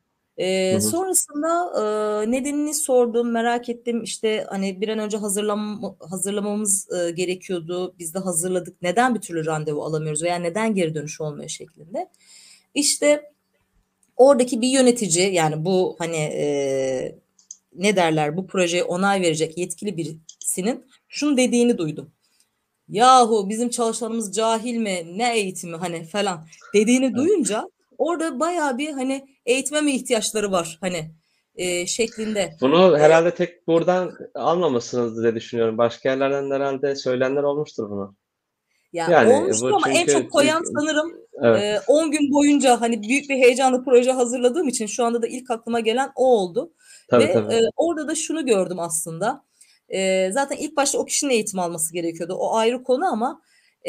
Hı E, hı. sonrasında e, nedenini sordum, merak ettim. İşte hani bir an önce hazırlam hazırlamamız e, gerekiyordu. Biz de hazırladık. Neden bir türlü randevu alamıyoruz veya neden geri dönüş olmuyor şeklinde. İşte oradaki bir yönetici, yani bu hani e, ne derler, bu projeye onay verecek yetkili birisinin şunu dediğini duydum. Yahu bizim çalışanımız cahil mi, ne eğitimi hani falan dediğini Evet. duyunca orada bayağı bir hani eğitime mi ihtiyaçları var hani e, şeklinde. Bunu E, herhalde tek buradan almamışsınız diye düşünüyorum. Başka yerlerden de herhalde söyleyenler olmuştur bunu. Ya Yani olmuştur bu ama en çünkü çok koyan sanırım evet. e, on gün boyunca hani büyük bir heyecanla proje hazırladığım için şu anda da ilk aklıma gelen o oldu. Ve Tabii tabii. e, orada da şunu gördüm aslında. E, zaten ilk başta o kişinin eğitim alması gerekiyordu. O ayrı konu ama e,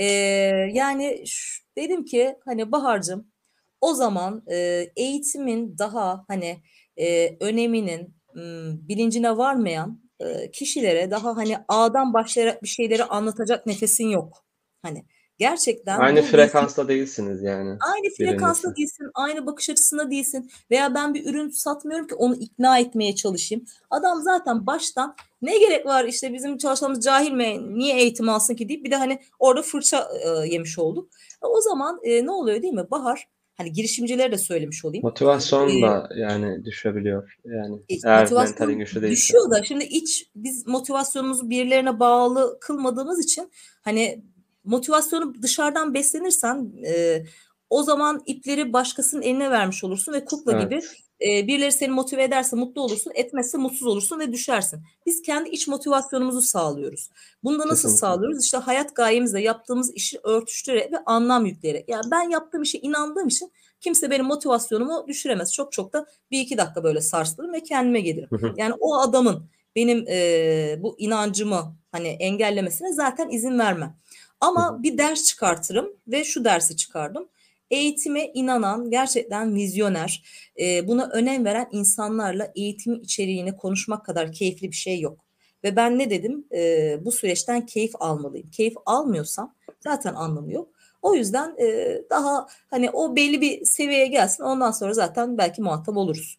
yani ş- dedim ki hani Bahar'cığım, o zaman e, eğitimin daha hani e, öneminin m, bilincine varmayan e, kişilere daha hani A'dan başlayarak bir şeyleri anlatacak nefesin yok. Hani gerçekten Aynı bu bilgi frekansta değilsiniz yani aynı birincisi. frekansta değilsin, aynı bakış açısında değilsin veya ben bir ürün satmıyorum ki onu ikna etmeye çalışayım. Adam zaten baştan ne gerek var işte bizim çalışanımız cahil mi, niye eğitim alsın ki deyip bir de hani orada fırça e, yemiş olduk. E, o zaman e, ne oluyor değil mi Bahar? Hani girişimcilere de söylemiş olayım. E, Motivasyon da yani düşebiliyor. Yani e, eğer mentalin motivasyon güçlü değilse. düşüyor da şimdi iç biz motivasyonumuzu birilerine bağlı kılmadığımız için hani motivasyonu dışarıdan beslenirsen e, o zaman ipleri başkasının eline vermiş olursun ve kukla gibi Evet. e, birileri seni motive ederse mutlu olursun, etmezse mutsuz olursun ve düşersin. Biz kendi iç motivasyonumuzu sağlıyoruz. Bunu da nasıl Kesinlikle. sağlıyoruz? İşte hayat gayemizle yaptığımız işi örtüştürerek ve anlam yükleyerek. Yani ben yaptığım işe inandığım için kimse benim motivasyonumu düşüremez. Çok çok da bir iki dakika böyle sarsılırım ve kendime gelirim. Hı hı. Yani o adamın benim e, bu inancımı hani engellemesine zaten izin vermem. Hı hı. Ama bir ders çıkartırım ve şu dersi çıkardım. Eğitime inanan, gerçekten vizyoner, e, buna önem veren insanlarla eğitim içeriğini konuşmak kadar keyifli bir şey yok. Ve ben ne dedim? E, bu süreçten keyif almalıyım. Keyif almıyorsam zaten anlamı yok. O yüzden e, daha hani o belli bir seviyeye gelsin. Ondan sonra zaten belki muhatap oluruz.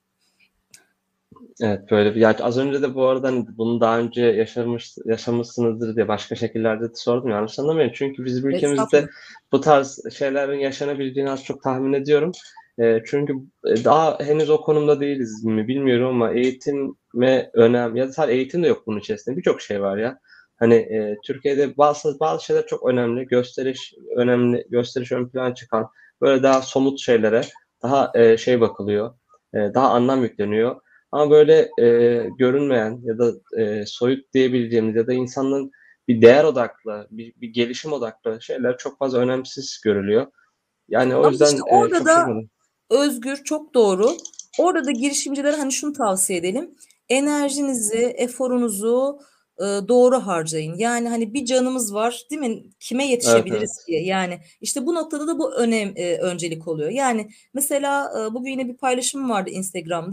Evet böyle bir ya az önce de bu arada hani bunu daha önce yaşamış yaşamışsınızdır diye başka şekillerde de sordum yanlış anlamayın. Çünkü bizim ülkemizde Estağfurullah. bu tarz şeylerin yaşanabildiğini az çok tahmin ediyorum. Eee, çünkü e, daha henüz o konumda değiliz mi bilmiyorum ama eğitime önem ya da sadece eğitim de yok bunun içerisinde. Birçok şey var ya. Hani e, Türkiye'de bazı bazı şeyler çok önemli. Gösteriş önemli, gösteriş ön plana çıkan böyle daha somut şeylere daha e, şey bakılıyor. E, daha anlam yükleniyor. Ama böyle e, görünmeyen ya da e, soyut diyebileceğimiz ya da insanın bir değer odaklı, bir, bir gelişim odaklı şeyler çok fazla önemsiz görülüyor. Yani o Ama işte yüzden e, orada çok şey da yapmadım. Özgür çok doğru. Orada da girişimcilere hani şunu tavsiye edelim. Enerjinizi, eforunuzu e, doğru harcayın. Yani hani bir canımız var, değil mi? Kime Evet yetişebiliriz evet. diye. Yani işte bu noktada da bu önem e, öncelik oluyor. Yani mesela e, bugün yine bir paylaşım vardı Instagram'da.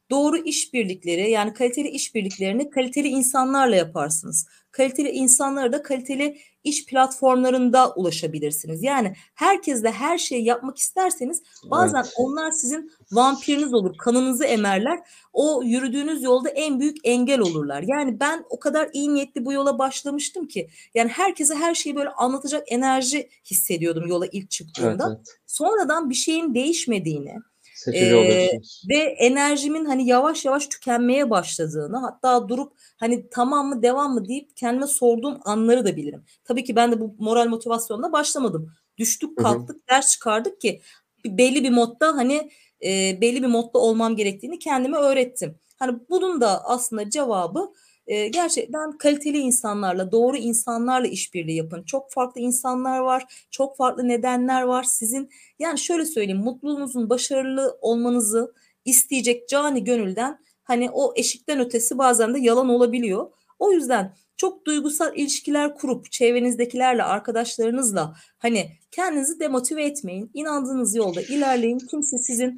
Doğru işbirlikleri, yani kaliteli işbirliklerini kaliteli insanlarla yaparsınız. Kaliteli insanlara da kaliteli iş platformlarında ulaşabilirsiniz. Yani herkesle her şeyi yapmak isterseniz bazen Evet. onlar sizin vampiriniz olur, kanınızı emerler. O yürüdüğünüz yolda en büyük engel olurlar. Yani ben o kadar iyi niyetli bu yola başlamıştım ki, yani herkese her şeyi böyle anlatacak enerji hissediyordum yola ilk Evet, çıktığımda. evet. Sonradan bir şeyin değişmediğini, Seçici e, oluyorsunuz. ve enerjimin hani yavaş yavaş tükenmeye başladığını, hatta durup hani tamam mı devam mı deyip kendime sorduğum anları da bilirim. Tabii ki ben de bu moral motivasyonla başlamadım. Düştük Hı hı. kalktık ders çıkardık ki belli bir modda hani e, belli bir modda olmam gerektiğini kendime öğrettim. Hani bunun da aslında cevabı e, gerçekten kaliteli insanlarla, doğru insanlarla işbirliği yapın. Çok farklı insanlar var, çok farklı nedenler var. Sizin, yani şöyle söyleyeyim, mutluluğunuzun, başarılı olmanızı isteyecek cani gönülden hani o eşikten ötesi bazen de yalan olabiliyor. O yüzden çok duygusal ilişkiler kurup çevrenizdekilerle, arkadaşlarınızla hani kendinizi demotive etmeyin. İnandığınız yolda ilerleyin. Kimse sizin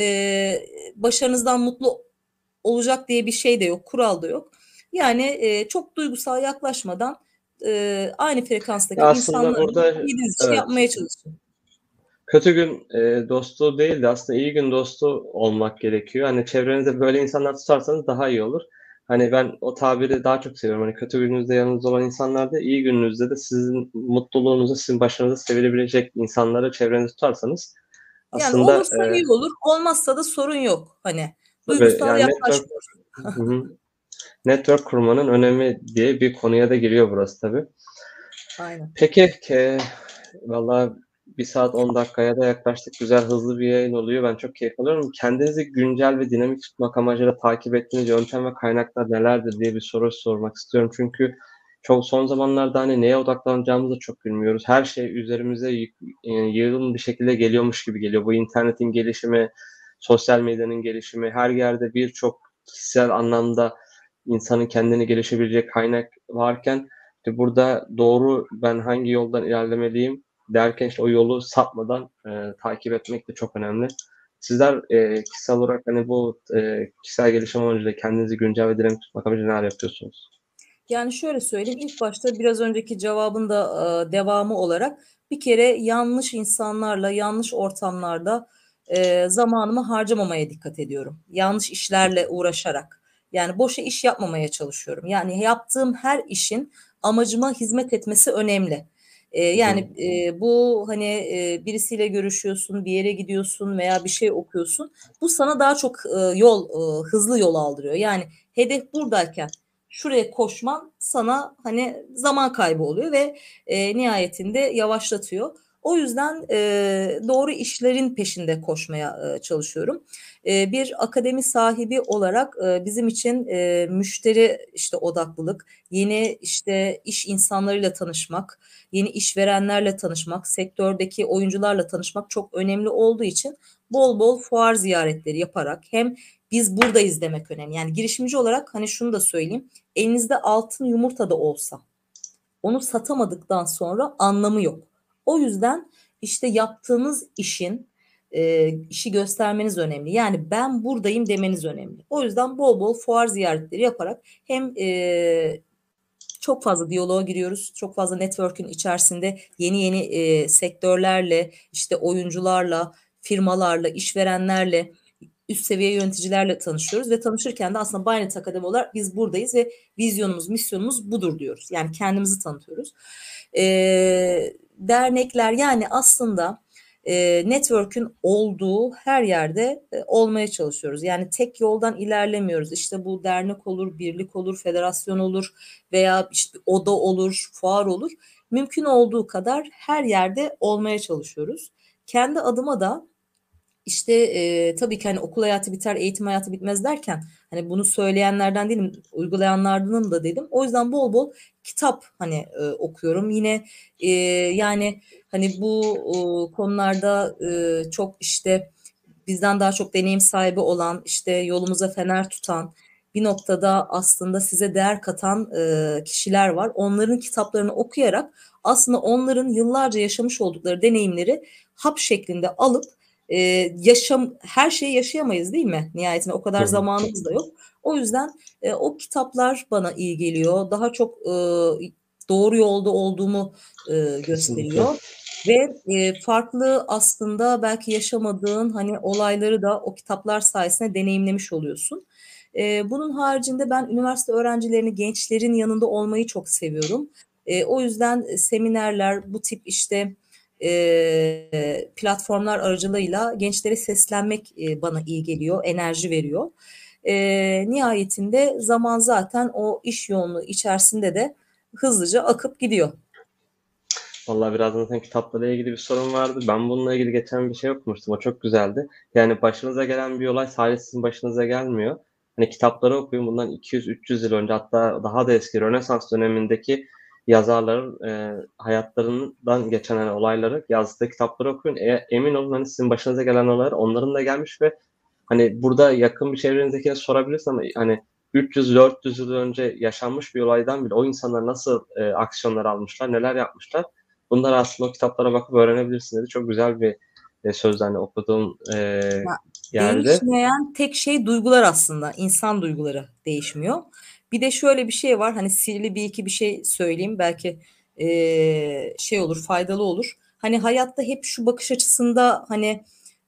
e, başarınızdan mutlu olacak diye bir şey de yok, kural da yok. Yani e, çok duygusal yaklaşmadan e, aynı frekanstaki Ya aslında insanlarla burada istediğiniz işi evet, yapmaya çalışın. kötü gün e, dostu değil de aslında iyi gün dostu olmak gerekiyor. Hani çevrenizde böyle insanlar tutarsanız daha iyi olur. Hani ben o tabiri daha çok seviyorum. Hani kötü gününüzde yanınızda olan insanlar da iyi gününüzde de sizin mutluluğunuzu, sizin başarınızı sevilebilecek insanları çevrenizde tutarsanız Yani aslında olursa e, iyi olur, olmazsa da sorun yok. Hani tabii duygusal yani network yaklaşmıyoruz. hı hı, network kurmanın önemi diye bir konuya da giriyor burası tabii. Aynen. Peki ke, valla bir saat on dakikaya da yaklaştık. Güzel hızlı bir yayın oluyor. Ben çok keyif alıyorum. Kendinizi güncel ve dinamik tutmak amacıyla takip ettiğiniz yöntem ve kaynaklar nelerdir diye bir soru sormak istiyorum. Çünkü çok son zamanlarda hani neye odaklanacağımızı da çok bilmiyoruz. Her şey üzerimize yı- e, yığın bir şekilde geliyormuş gibi geliyor. Bu internetin gelişimi, sosyal medyanın gelişimi, her yerde birçok kişisel anlamda insanın kendini gelişebilecek kaynak varken işte burada doğru ben hangi yoldan ilerlemeliyim derken işte o yolu sapmadan e, takip etmek de çok önemli. Sizler e, kişisel olarak hani bu e, kişisel gelişim amacıyla kendinizi güncel ve dinamik tutmak amacıyla neler yapıyorsunuz? Yani şöyle söyleyeyim, ilk başta biraz önceki cevabın da e, devamı olarak bir kere yanlış insanlarla, yanlış ortamlarda e, zamanımı harcamamaya dikkat ediyorum. Yanlış işlerle uğraşarak. Yani boşa iş yapmamaya çalışıyorum. Yani yaptığım her işin amacıma hizmet etmesi önemli. E, Hı hı. yani e, bu hani e, birisiyle görüşüyorsun, bir yere gidiyorsun veya bir şey okuyorsun. Bu sana daha çok e, yol, e, hızlı yol aldırıyor. Yani hedef buradayken şuraya koşman sana hani zaman kaybı oluyor ve e, nihayetinde yavaşlatıyor. O yüzden e, doğru işlerin peşinde koşmaya e, çalışıyorum. E, bir akademi sahibi olarak e, bizim için e, müşteri işte odaklılık, yeni işte iş insanlarıyla tanışmak, yeni işverenlerle tanışmak, sektördeki oyuncularla tanışmak çok önemli olduğu için bol bol fuar ziyaretleri yaparak hem biz buradayız demek önemli. Yani girişimci olarak hani şunu da söyleyeyim. Elinizde altın yumurta da olsa onu satamadıktan sonra anlamı yok. O yüzden işte yaptığınız işin e, işi göstermeniz önemli. Yani ben buradayım demeniz önemli. O yüzden bol bol fuar ziyaretleri yaparak hem e, çok fazla diyaloğa giriyoruz. Çok fazla network'ün içerisinde yeni yeni e, sektörlerle, işte oyuncularla, firmalarla, işverenlerle, üst seviye yöneticilerle tanışıyoruz ve tanışırken de aslında Bynet Akademi olarak biz buradayız ve vizyonumuz, misyonumuz budur diyoruz. Yani kendimizi tanıtıyoruz. E, dernekler, yani aslında e, network'ün olduğu her yerde e, olmaya çalışıyoruz. Yani tek yoldan ilerlemiyoruz. İşte bu dernek olur, birlik olur, federasyon olur veya işte oda olur, fuar olur. Mümkün olduğu kadar her yerde olmaya çalışıyoruz. Kendi adıma da işte e, tabii ki hani okul hayatı biter, eğitim hayatı bitmez derken hani bunu söyleyenlerden değilim, uygulayanlardanım da dedim. O yüzden bol bol kitap hani e, okuyorum. Yine e, yani hani bu e, konularda e, çok işte bizden daha çok deneyim sahibi olan, işte yolumuza fener tutan, bir noktada aslında size değer katan e, kişiler var. Onların kitaplarını okuyarak aslında onların yıllarca yaşamış oldukları deneyimleri hap şeklinde alıp e, yaşam her şeyi yaşayamayız değil mi? Nihayetinde o Hı kadar hı. zamanımız da yok. O yüzden e, o kitaplar bana iyi geliyor. Daha çok e, doğru yolda olduğumu e, Kesinlikle. gösteriyor. Ve e, farklı aslında belki yaşamadığın hani olayları da o kitaplar sayesinde deneyimlemiş oluyorsun. E, bunun haricinde ben üniversite öğrencilerini, gençlerin yanında olmayı çok seviyorum. E, o yüzden seminerler, bu tip işte e, platformlar aracılığıyla gençlere seslenmek e, bana iyi geliyor, enerji veriyor. E, nihayetinde zaman zaten o iş yoğunluğu içerisinde de hızlıca akıp gidiyor. Vallahi biraz zaten kitaplarla ilgili bir sorun vardı. Ben bununla ilgili geçen bir şey okumuştum. O çok güzeldi. Yani başınıza gelen bir olay sadece sizin başınıza gelmiyor. Hani kitapları okuyun. Bundan iki yüz üç yüz yıl önce, hatta daha da eski Rönesans dönemindeki yazarların e, hayatlarından geçen hani olayları yazdığı kitapları okuyun. E, emin olun hani sizin başınıza gelen olaylar onların da gelmiş ve hani burada yakın bir çevrenizdekine sorabilirsiniz ama hani üç yüz dört yüz yıl önce yaşanmış bir olaydan bile o insanlar nasıl e, aksiyonlar almışlar, neler yapmışlar. Bunları aslında o kitaplara bakıp öğrenebilirsin dedi. Çok güzel bir e, söz hani okuduğum e, Ya, yerde. değişmeyen tek şey duygular aslında. İnsan duyguları değişmiyor. Bir de şöyle bir şey var. Hani sihirli bir iki bir şey söyleyeyim. Belki eee, şey olur, faydalı olur. Hani hayatta hep şu bakış açısında hani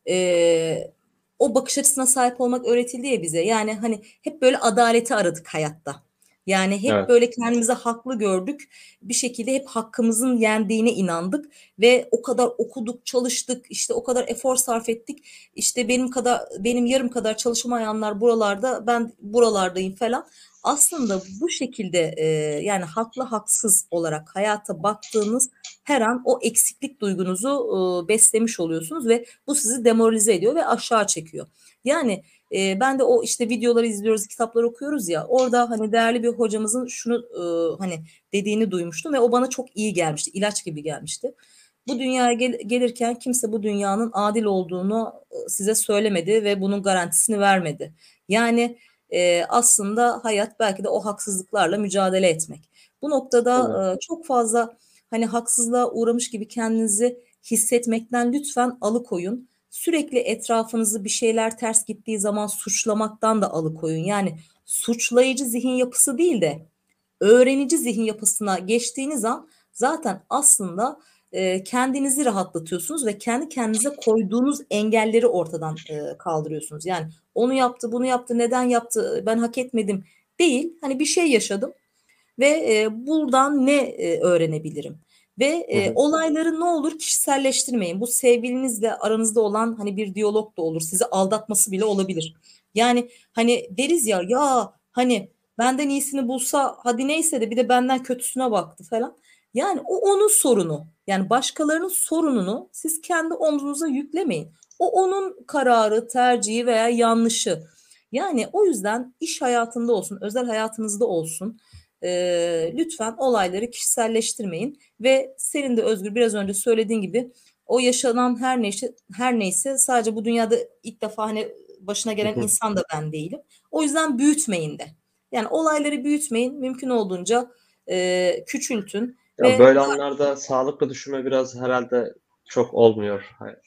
eee, o bakış açısına sahip olmak öğretildi ya bize. Yani hani hep böyle adaleti aradık hayatta. Yani hep Evet. böyle kendimizi haklı gördük. Bir şekilde hep hakkımızın yendiğine inandık ve o kadar okuduk, çalıştık, işte o kadar efor sarf ettik. İşte benim kadar benim yarım kadar çalışamayanlar buralarda, ben buralardayım falan. Aslında bu şekilde e, yani haklı haksız olarak hayata baktığınız her an o eksiklik duygunuzu e, beslemiş oluyorsunuz ve bu sizi demoralize ediyor ve aşağı çekiyor. Yani e, ben de o işte videoları izliyoruz, kitaplar okuyoruz ya. Orada hani değerli bir hocamızın şunu e, hani dediğini duymuştum ve o bana çok iyi gelmişti. İlaç gibi gelmişti. Bu dünyaya gel- gelirken kimse bu dünyanın adil olduğunu e, size söylemedi ve bunun garantisini vermedi. Yani e, aslında hayat belki de o haksızlıklarla mücadele etmek. Bu Tabii. noktada e, çok fazla hani haksızlığa uğramış gibi kendinizi hissetmekten lütfen alıkoyun. Sürekli etrafınızı bir şeyler ters gittiği zaman suçlamaktan da alıkoyun. Yani suçlayıcı zihin yapısı değil de öğrenici zihin yapısına geçtiğiniz an zaten aslında e, kendinizi rahatlatıyorsunuz ve kendi kendinize koyduğunuz engelleri ortadan e, kaldırıyorsunuz. Yani onu yaptı, bunu yaptı, neden yaptı, ben hak etmedim değil. Hani bir şey yaşadım ve e, buradan ne e, öğrenebilirim? Ve Hı e, hı. olayları ne olur kişiselleştirmeyin. Bu sevgilinizle aranızda olan hani bir diyalog da olur. Sizi aldatması bile olabilir. Yani hani deriz ya ya hani benden iyisini bulsa hadi neyse de bir de benden kötüsüne baktı falan. Yani o onun sorunu. Yani başkalarının sorununu siz kendi omzunuza yüklemeyin. O onun kararı, tercihi veya yanlışı. Yani o yüzden iş hayatında olsun, özel hayatınızda olsun e, lütfen olayları kişiselleştirmeyin ve senin de Özgür biraz önce söylediğin gibi o yaşanan her neyse her neyse sadece bu dünyada ilk defa hani başına Hı gelen hı. insan da ben değilim. O yüzden büyütmeyin de. Yani olayları büyütmeyin, mümkün olduğunca e, küçültün Ya ve böyle anlarda sağlıklı düşünme biraz herhalde çok olmuyor.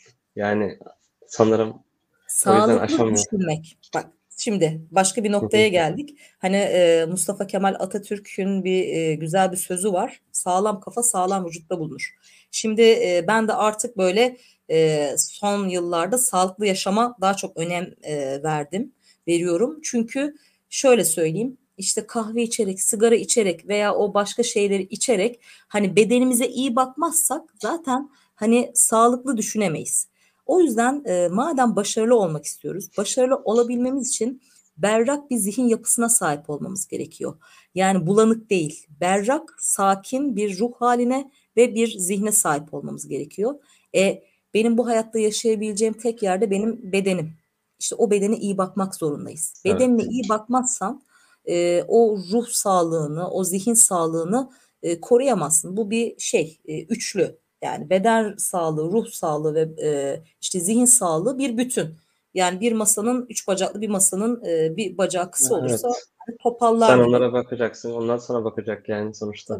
Yani sanırım o yüzden sağlıklı aşamıyor. düşünmek. Bak şimdi başka bir Hı hı. noktaya geldik. Hani e, Mustafa Kemal Atatürk'ün bir e, güzel bir sözü var. Sağlam kafa sağlam vücutta bulunur. Şimdi e, ben de artık böyle e, son yıllarda sağlıklı yaşama daha çok önem e, verdim, veriyorum. Çünkü şöyle söyleyeyim. İşte kahve içerek, sigara içerek veya o başka şeyleri içerek hani bedenimize iyi bakmazsak zaten hani sağlıklı düşünemeyiz. O yüzden e, madem başarılı olmak istiyoruz, başarılı olabilmemiz için berrak bir zihin yapısına sahip olmamız gerekiyor. Yani bulanık değil, berrak, sakin bir ruh haline ve bir zihne sahip olmamız gerekiyor. E, benim bu hayatta yaşayabileceğim tek yerde benim bedenim. İşte o bedene iyi bakmak zorundayız. Bedenine Evet. iyi bakmazsan e, o ruh sağlığını, o zihin sağlığını e, koruyamazsın. Bu bir şey, e, üçlü. Yani beden sağlığı, ruh sağlığı ve e, işte zihin sağlığı bir bütün. Yani bir masanın üç bacaklı bir masanın e, bir bacağı kısa olursa Evet. hani topallar Sen gibi. onlara bakacaksın. Onlar sana bakacak yani sonuçta. Tabii ki.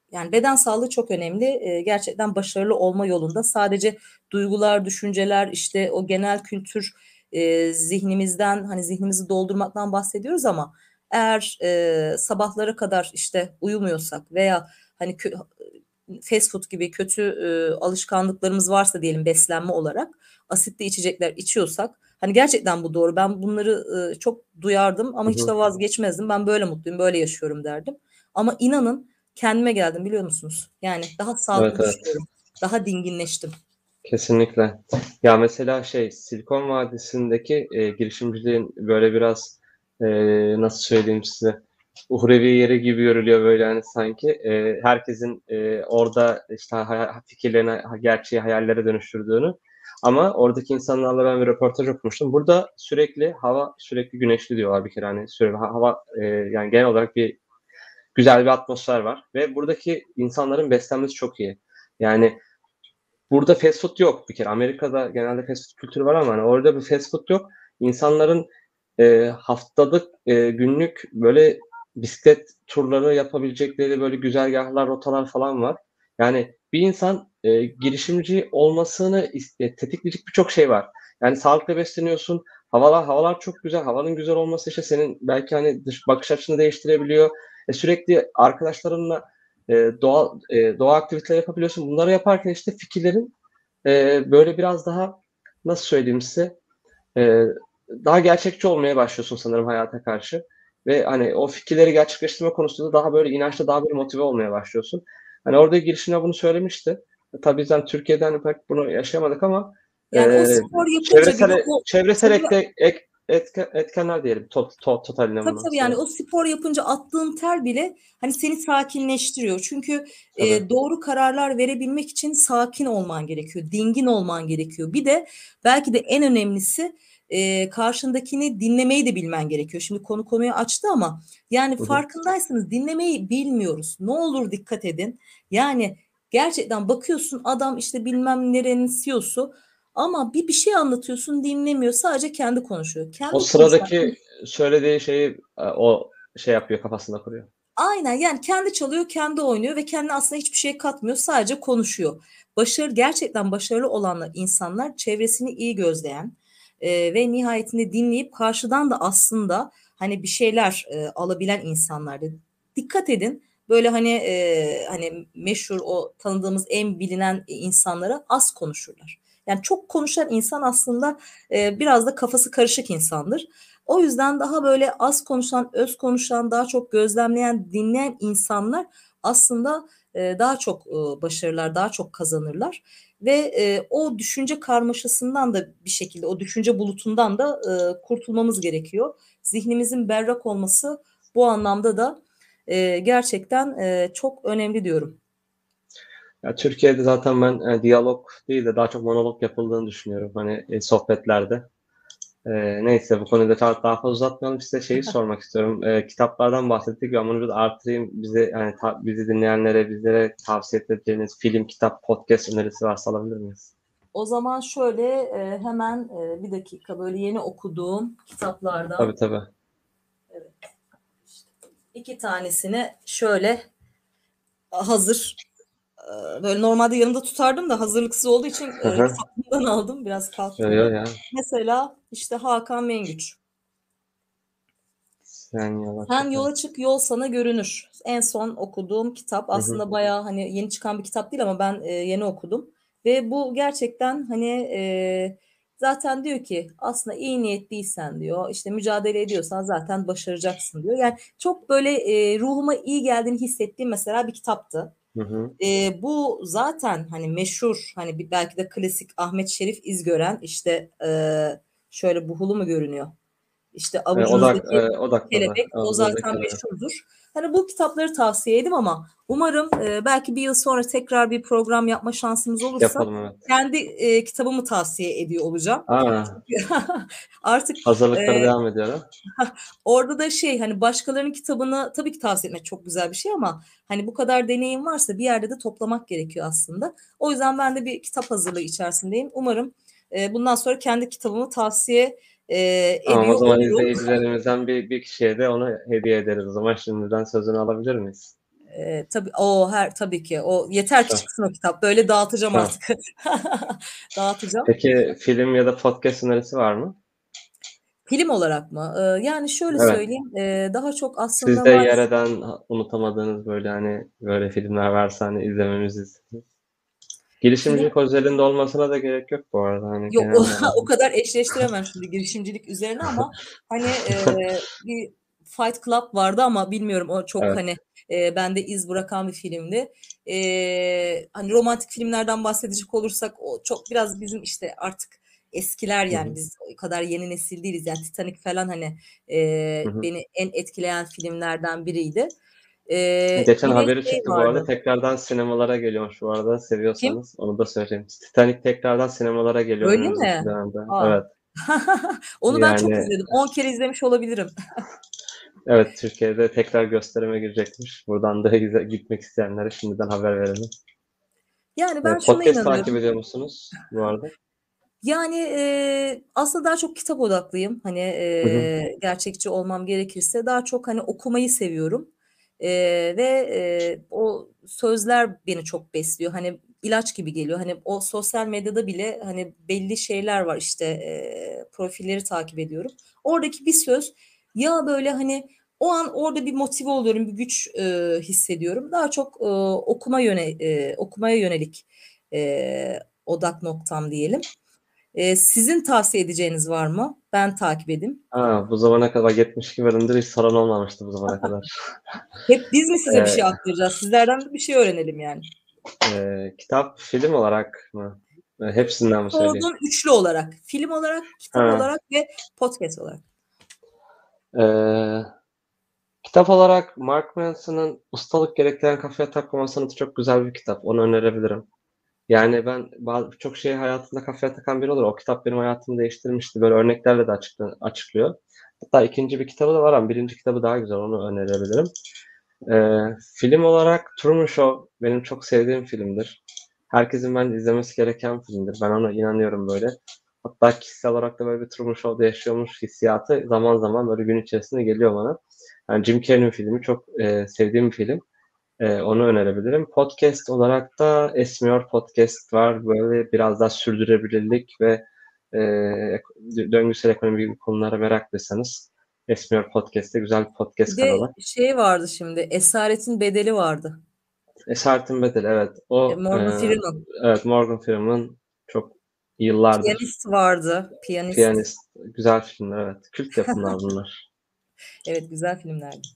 Yani beden sağlığı çok önemli. E, gerçekten başarılı olma yolunda sadece duygular, düşünceler, işte o genel kültür e, zihnimizden hani zihnimizi doldurmaktan bahsediyoruz ama eğer e, sabahlara kadar işte uyumuyorsak veya hani kö- fast food gibi kötü e, alışkanlıklarımız varsa diyelim beslenme olarak asitli içecekler içiyorsak hani gerçekten bu doğru. Ben bunları e, çok duyardım ama Hı hiç de hı. vazgeçmezdim. Ben böyle mutluyum, böyle yaşıyorum derdim. Ama inanın kendime geldim biliyor musunuz? Yani daha Evet, sağlıklı evet. düşünüyorum. Daha dinginleştim. Kesinlikle. Ya mesela şey Silikon Vadisi'ndeki e, girişimciliğin böyle biraz e, nasıl söyleyeyim size uhrevi yeri gibi görülüyor böyle hani sanki. E, herkesin e, orada işte hay- fikirlerini ha- gerçeği hayallere dönüştürdüğünü ama oradaki insanlarla ben bir röportaj okumuştum. Burada sürekli hava sürekli güneşli diyorlar bir kere hani sürekli ha- hava e, yani genel olarak bir güzel bir atmosfer var ve buradaki insanların beslenmesi çok iyi. Yani burada fast food yok bir kere. Amerika'da genelde fast food kültürü var ama hani orada bir fast food yok. İnsanların e, haftalık, e, günlük böyle bisiklet turları yapabilecekleri böyle güzergahlar, rotalar falan var. Yani bir insan e, girişimci olmasını is- e, tetikleyecek birçok şey var. Yani sağlıklı besleniyorsun. Havalar havalar çok güzel. Havanın güzel olması işte senin belki hani dış bakış açını değiştirebiliyor. E, sürekli arkadaşlarınla e, doğa e, doğa aktiviteleri yapabiliyorsun. Bunları yaparken işte fikirlerin e, böyle biraz daha nasıl söyleyeyim size e, daha gerçekçi olmaya başlıyorsun sanırım hayata karşı ve hani o fikirleri gerçekleştirme konusunda daha böyle inançlı, daha böyle motive olmaya başlıyorsun. Hani orada girişimde bunu söylemişti. E, tabii biz hani Türkiye'de hani pek bunu yaşayamadık ama Yani o e, spor yapınca bir de çevresel o çevresel tabii, ekte, ek, etken, etkenler diyelim to, to, totaline tabii bunun tabii yani aslında. o spor yapınca attığın ter bile hani seni sakinleştiriyor. Çünkü Tabii. e, doğru kararlar verebilmek için sakin olman gerekiyor, dingin olman gerekiyor. Bir de belki de en önemlisi e, karşındakini dinlemeyi de bilmen gerekiyor. Şimdi konu konuyu açtı ama yani Hı hı. farkındaysanız dinlemeyi bilmiyoruz. Ne olur dikkat edin. Yani gerçekten bakıyorsun adam işte bilmem nerenin C E O'su ama bir bir şey anlatıyorsun dinlemiyor. Sadece kendi konuşuyor. O Kendi konuşan sıradaki söylediği şeyi e, o şey yapıyor kafasında kuruyor. aynen yani kendi çalıyor, kendi oynuyor ve kendi aslında hiçbir şey katmıyor, sadece konuşuyor. Başarı gerçekten başarılı olanlar insanlar çevresini iyi gözleyen e, ve nihayetinde dinleyip karşıdan da aslında hani bir şeyler e, alabilen insanlardı. Dikkat edin böyle hani e, hani meşhur o tanıdığımız en bilinen insanlara az konuşurlar. Yani çok konuşan insan aslında e, biraz da kafası karışık insandır. O yüzden daha böyle az konuşan, öz konuşan, daha çok gözlemleyen, dinleyen insanlar aslında e, daha çok e, başarılar, daha çok kazanırlar. Ve e, o düşünce karmaşasından da bir şekilde, o düşünce bulutundan da e, kurtulmamız gerekiyor. Zihnimizin berrak olması bu anlamda da e, gerçekten e, çok önemli diyorum. Ya Türkiye'de zaten ben e, diyalog değil de daha çok monolog yapıldığını düşünüyorum hani e, sohbetlerde. E, neyse bu konuyu da daha, daha fazla uzatmayalım. Size şeyi sormak istiyorum. E, kitaplardan bahsettik. Ben bunu bir de artırayım. Bizi yani ta- bizi dinleyenlere, bizlere tavsiye edeceğiniz film, kitap, podcast önerisi varsa alabilir miyiz? O zaman şöyle e, hemen e, bir dakika böyle yeni okuduğum Tabii, kitaplardan tabii. evet, işte iki tanesini şöyle hazır e, böyle normalde yanımda tutardım da hazırlıksız olduğu için Hı e, hı. kitaplığımdan aldım biraz Söylüyor kalktırdım. ya. Mesela işte Hakan Mengüç. Sen yola Sen çıkın. yola çık yol sana görünür. En son okuduğum kitap Hı hı. aslında bayağı hani yeni çıkan bir kitap değil ama ben e, yeni okudum. Ve bu gerçekten hani e, zaten diyor ki aslında iyi niyetliysen diyor işte mücadele ediyorsan zaten başaracaksın diyor. Yani çok böyle e, ruhuma iyi geldiğini hissettiğim mesela bir kitaptı. Hı hı. E, bu zaten hani meşhur hani bir, belki de klasik Ahmet Şerif İzgören işte e, şöyle buhulu mu görünüyor? İşte E, odak, avucunuzdaki e, odakladı. kelebek o Avucunuzdaki zaten kelebek. meşhurdur. Hani bu kitapları tavsiye edeyim ama umarım e, belki bir yıl sonra tekrar bir program yapma şansımız olursa Yapalım, evet. kendi e, kitabımı tavsiye ediyor olacağım. Aa, Artık hazırlıkları e, devam ediyor ha? orada da şey hani başkalarının kitabını tabii ki tavsiye etmek çok güzel bir şey ama hani bu kadar deneyim varsa bir yerde de toplamak gerekiyor aslında. O yüzden ben de bir kitap hazırlığı içerisindeyim. Umarım e, bundan sonra kendi kitabımı tavsiye e, Tamam, o ediyor zaman olurum. izleyicilerimizden bir, bir kişiye de onu hediye ederiz. O zaman şimdiden sözünü alabilir miyiz? Eee, tabii o her tabii ki o yeter ki Süper. çıksın o kitap. Böyle dağıtacağım Süper. artık. Dağıtacağım. Peki film ya da podcast önerisi var mı? Film olarak mı? Eee, yani şöyle Evet. söyleyeyim, eee, daha çok aslında Sizde yer maalesef eden, ha unutamadığınız böyle, hani, böyle filmler varsa, hani, izlememizi istediğiniz. film Girişimcilik özelinde olmasına da gerek yok bu arada, hani, Yok, genel o o olarak. kadar eşleştiremem şimdi girişimcilik üzerine ama, hani, eee, bir Fight Club vardı ama bilmiyorum o çok, Evet. hani, eee, bende iz bırakan bir filmdi. Eee, hani, romantik filmlerden bahsedecek olursak o çok biraz bizim, işte, artık eskiler Hı yani hı. biz o kadar yeni nesil değiliz. Yani Titanic falan, hani, Hı eee, hı. beni en etkileyen filmlerden biriydi. Eee, Geçen bir de haberi şey çıktı bu arada, vardı. tekrardan sinemalara geliyormuş bu arada, Kim? seviyorsanız onu da söyleyeyim. Titanic tekrardan sinemalara geliyor Öyle önümüzdeki mi? dönemde. A! Evet. Onu ben çok Yani izledim. on kere izlemiş olabilirim. evet, Türkiye'de tekrar gösterime girecekmiş. Buradan da gize gitmek isteyenlere şimdiden haber verelim. Yani ben Eee, şuna podcast takip inanıyorum. ediyor musunuz bu arada? Yani, eee, aslında daha çok kitap odaklıyım. Hani, Hı hı. eee, gerçekçi olmam gerekirse daha çok, hani, okumayı seviyorum, eee, ve, eee, o sözler beni çok besliyor. Hani, ilaç gibi geliyor. Hani, o sosyal medyada bile, hani, belli şeyler var, işte, eee, profilleri takip ediyorum. Oradaki bir söz ya böyle, hani, o an orada bir motive oluyorum, bir güç, eee, hissediyorum. Daha çok, ııı, okuma yöne eee, okumaya yönelik, eee, odak noktam diyelim. Eee, sizin tavsiye edeceğiniz var mı? Ben takip edeyim. A! Bu zamana kadar yetmiş iki bölümdür hiç soran olmamıştı bu zamana kadar. Hep biz mi size bir Eee, şey aktaracağız? Sizlerden de bir şey öğrenelim yani. eee, kitap, film olarak mı? Eee, hepsinden mi söyleyeyim? Sorduğum üçlü olarak, film olarak, kitap Ha, olarak ve podcast olarak. eee, kitap olarak Mark Manson'ın Ustalık Gerektiren Kafaya Takmama Sanatı çok güzel bir kitap. Onu önerebilirim. Yani ben bazı birçok şeyi hayatında kafaya takan biri olur. O kitap benim hayatımı değiştirmişti. Böyle örneklerle de açıkla açıklıyor. Hatta ikinci bir kitabı da var ama birinci kitabı daha güzel. Onu önerebilirim. Eee, film olarak Truman Show benim çok sevdiğim filmdir. Herkesin bence izlemesi gereken filmdir. Ben ona inanıyorum böyle. Hatta kişisel olarak da böyle bir Truman Show'da yaşıyormuş hissiyatı zaman zaman böyle gün içerisinde geliyor bana. Yani Jim Carrey'nin filmi çok, eee, sevdiğim bir film. Eee, onu önerebilirim. Podcast olarak da Esmiyor Podcast var. Böyle biraz daha sürdürülebilirlik ve, eee, ek döngüsel ekonomi gibi konulara meraklıysanız Esmiyor Podcast de güzel bir Bir podcast de kanalı. şey vardı şimdi, Esaretin Bedeli vardı. Esaretin Bedeli, evet. E, O, Morgan eee, Freeman. evet, Morgan Freeman çok yıllardır Piyanist vardı. Piyanist. piyanist. Güzel filmler, evet. Kült yapımlar bunlar. Evet, güzel filmlerdi.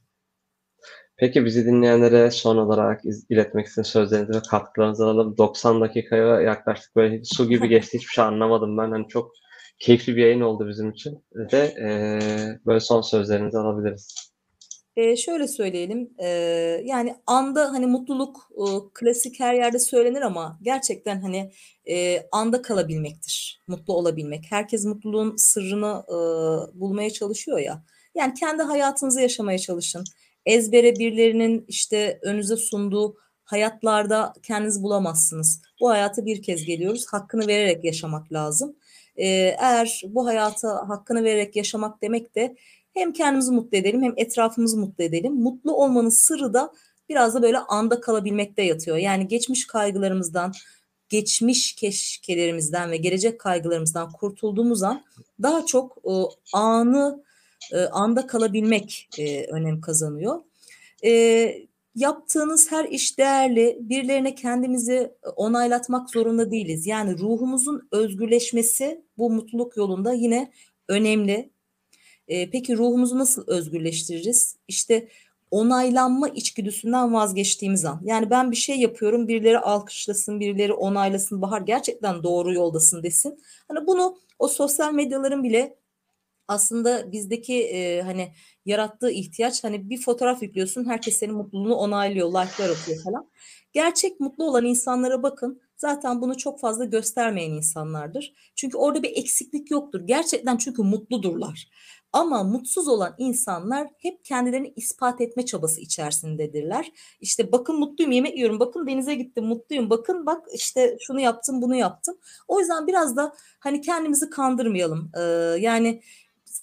Peki bizi dinleyenlere son olarak iz iletmek istediğiniz sözlerinizi ve katkılarınızı alalım. doksan dakikaya yaklaştık. Böyle su gibi geçti. Hiçbir şey anlamadım ben. Hani çok keyifli bir yayın oldu bizim için ve, eee, böyle son sözlerinizi alabiliriz. Eee, şöyle söyleyelim, eee, yani anda, hani, mutluluk, ııı, klasik her yerde söylenir ama gerçekten, hani, eee, anda kalabilmektir, mutlu olabilmek. Herkes mutluluğun sırrını, ııı, bulmaya çalışıyor ya. Yani kendi hayatınızı yaşamaya çalışın. Ezbere birilerinin, işte, önünüze sunduğu hayatlarda kendinizi bulamazsınız. Bu hayata bir kez geliyoruz, hakkını vererek yaşamak lazım. Eee, eğer bu hayata hakkını vererek yaşamak demek de hem kendimizi mutlu edelim hem etrafımızı mutlu edelim. Mutlu olmanın sırrı da biraz da böyle anda kalabilmekte yatıyor. Yani geçmiş kaygılarımızdan, geçmiş keşkelerimizden ve gelecek kaygılarımızdan kurtulduğumuz an daha çok, ııı, anı, ııı, anda kalabilmek, eee, önem kazanıyor. Eee, yaptığınız her iş değerli. Birilerine kendimizi onaylatmak zorunda değiliz. Yani ruhumuzun özgürleşmesi bu mutluluk yolunda yine önemli. Eee, peki ruhumuzu nasıl özgürleştiririz? İşte onaylanma içgüdüsünden vazgeçtiğimiz an. Yani ben bir şey yapıyorum, birileri alkışlasın, birileri onaylasın, "Bahar gerçekten doğru yoldasın." desin. Hani bunu o sosyal medyaların bile aslında bizdeki, eee, hani, yarattığı ihtiyaç, hani, bir fotoğraf yüklüyorsun, herkes senin mutluluğunu onaylıyor, like'lar atıyor falan. Gerçek mutlu olan insanlara bakın, zaten bunu çok fazla göstermeyen insanlardır. Çünkü orada bir eksiklik yoktur. Gerçekten çünkü mutludurlar. Ama mutsuz olan insanlar hep kendilerini ispat etme çabası içerisindedirler. İşte, "Bakın mutluyum, yemek yiyorum, bakın denize gittim, mutluyum, bakın bak, işte, şunu yaptım, bunu yaptım." O yüzden biraz da, hani, kendimizi kandırmayalım. Eee, yani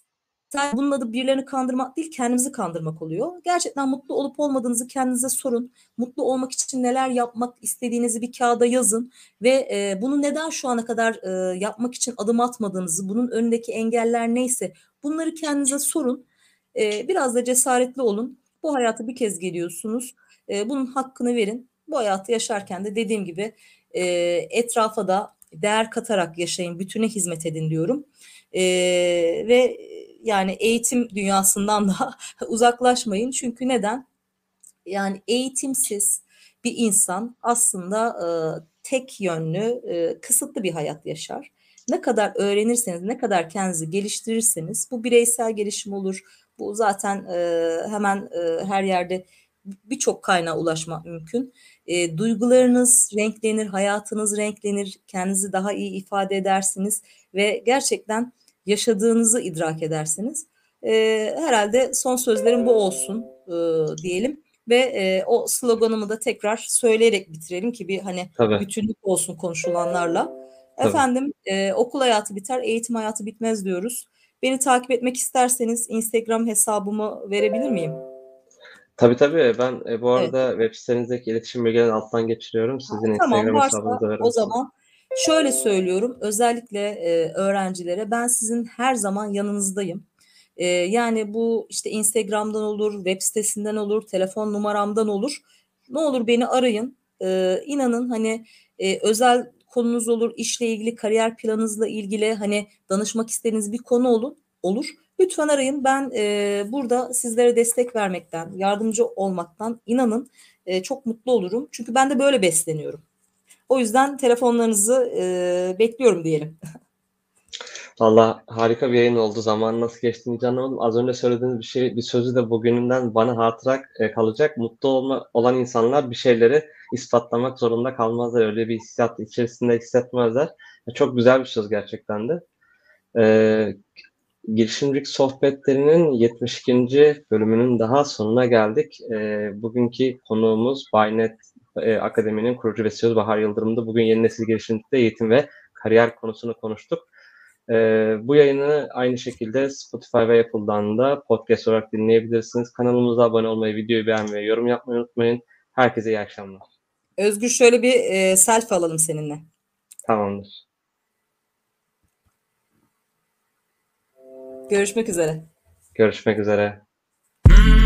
Sadece bunun adı birilerini kandırmak değil, kendimizi kandırmak oluyor. Gerçekten mutlu olup olmadığınızı kendinize sorun. Mutlu olmak için neler yapmak istediğinizi bir kağıda yazın ve e, bunu neden şu ana kadar e, yapmak için adım atmadığınızı, bunun önündeki engeller neyse bunları kendinize sorun. E, biraz da cesaretli olun. Bu hayata bir kez geliyorsunuz. E, bunun hakkını verin. Bu hayatı yaşarken de dediğim gibi e, etrafa da değer katarak yaşayın, bütüne hizmet edin diyorum. E, ve yani eğitim dünyasından da uzaklaşmayın. Çünkü neden? Yani eğitimsiz bir insan aslında e, tek yönlü, e, kısıtlı bir hayat yaşar. Ne kadar öğrenirseniz, ne kadar kendinizi geliştirirseniz, bu bireysel gelişim olur. Bu zaten e, hemen e, her yerde birçok kaynağa ulaşmak mümkün. E, duygularınız renklenir, hayatınız renklenir, kendinizi daha iyi ifade edersiniz ve gerçekten yaşadığınızı idrak edersiniz. E, herhalde son sözlerim bu olsun e, diyelim. Ve e, o sloganımı da tekrar söyleyerek bitirelim ki bir hani Tabii, bütünlük olsun konuşulanlarla. tabii. Efendim e, okul hayatı biter, eğitim hayatı bitmez diyoruz. Beni takip etmek isterseniz Instagram hesabımı verebilir miyim? Tabii tabii. Ben e, bu Evet. arada web sitenizdeki iletişim bilgilerini alttan geçiriyorum. Ha, Sizin tamam Instagram varsa hesabınızı o veririm size. zaman şöyle söylüyorum özellikle e, öğrencilere ben sizin her zaman yanınızdayım. E, yani bu işte Instagram'dan olur, web sitesinden olur, telefon numaramdan olur. Ne olur beni arayın. E, inanın hani e, özel konunuz olur, işle ilgili, kariyer planınızla ilgili hani danışmak istediğiniz bir konu olur. Olur. Lütfen arayın. Ben e, burada sizlere destek vermekten, yardımcı olmaktan inanın e, çok mutlu olurum. Çünkü ben de böyle besleniyorum. O yüzden telefonlarınızı e, bekliyorum diyelim. Valla harika bir yayın oldu. Zaman nasıl geçtiğini hiç anlamadım. Az önce söylediğiniz bir şey, bir sözü de bugününden bana hatıra e, kalacak. Mutlu olma, olan insanlar bir şeyleri ispatlamak zorunda kalmazlar. Öyle bir hissiyat içerisinde hissetmezler. E, Çok güzel bir söz gerçekten de. E, Girişimcilik sohbetlerinin yetmiş ikinci bölümünün daha sonuna geldik. E, bugünkü konuğumuz Baynet e, Akademi'nin kurucu ve C E O Bahar Yıldırım'dı. Bugün yeni nesil girişimcilikte eğitim ve kariyer konusunu konuştuk. Ee, bu yayını aynı şekilde Spotify ve Apple'dan da podcast olarak dinleyebilirsiniz. Kanalımıza abone olmayı, videoyu beğenmeyi, yorum yapmayı unutmayın. Herkese iyi akşamlar. Özgür şöyle bir e, selfie alalım seninle. Tamamdır. Görüşmek üzere. Görüşmek üzere.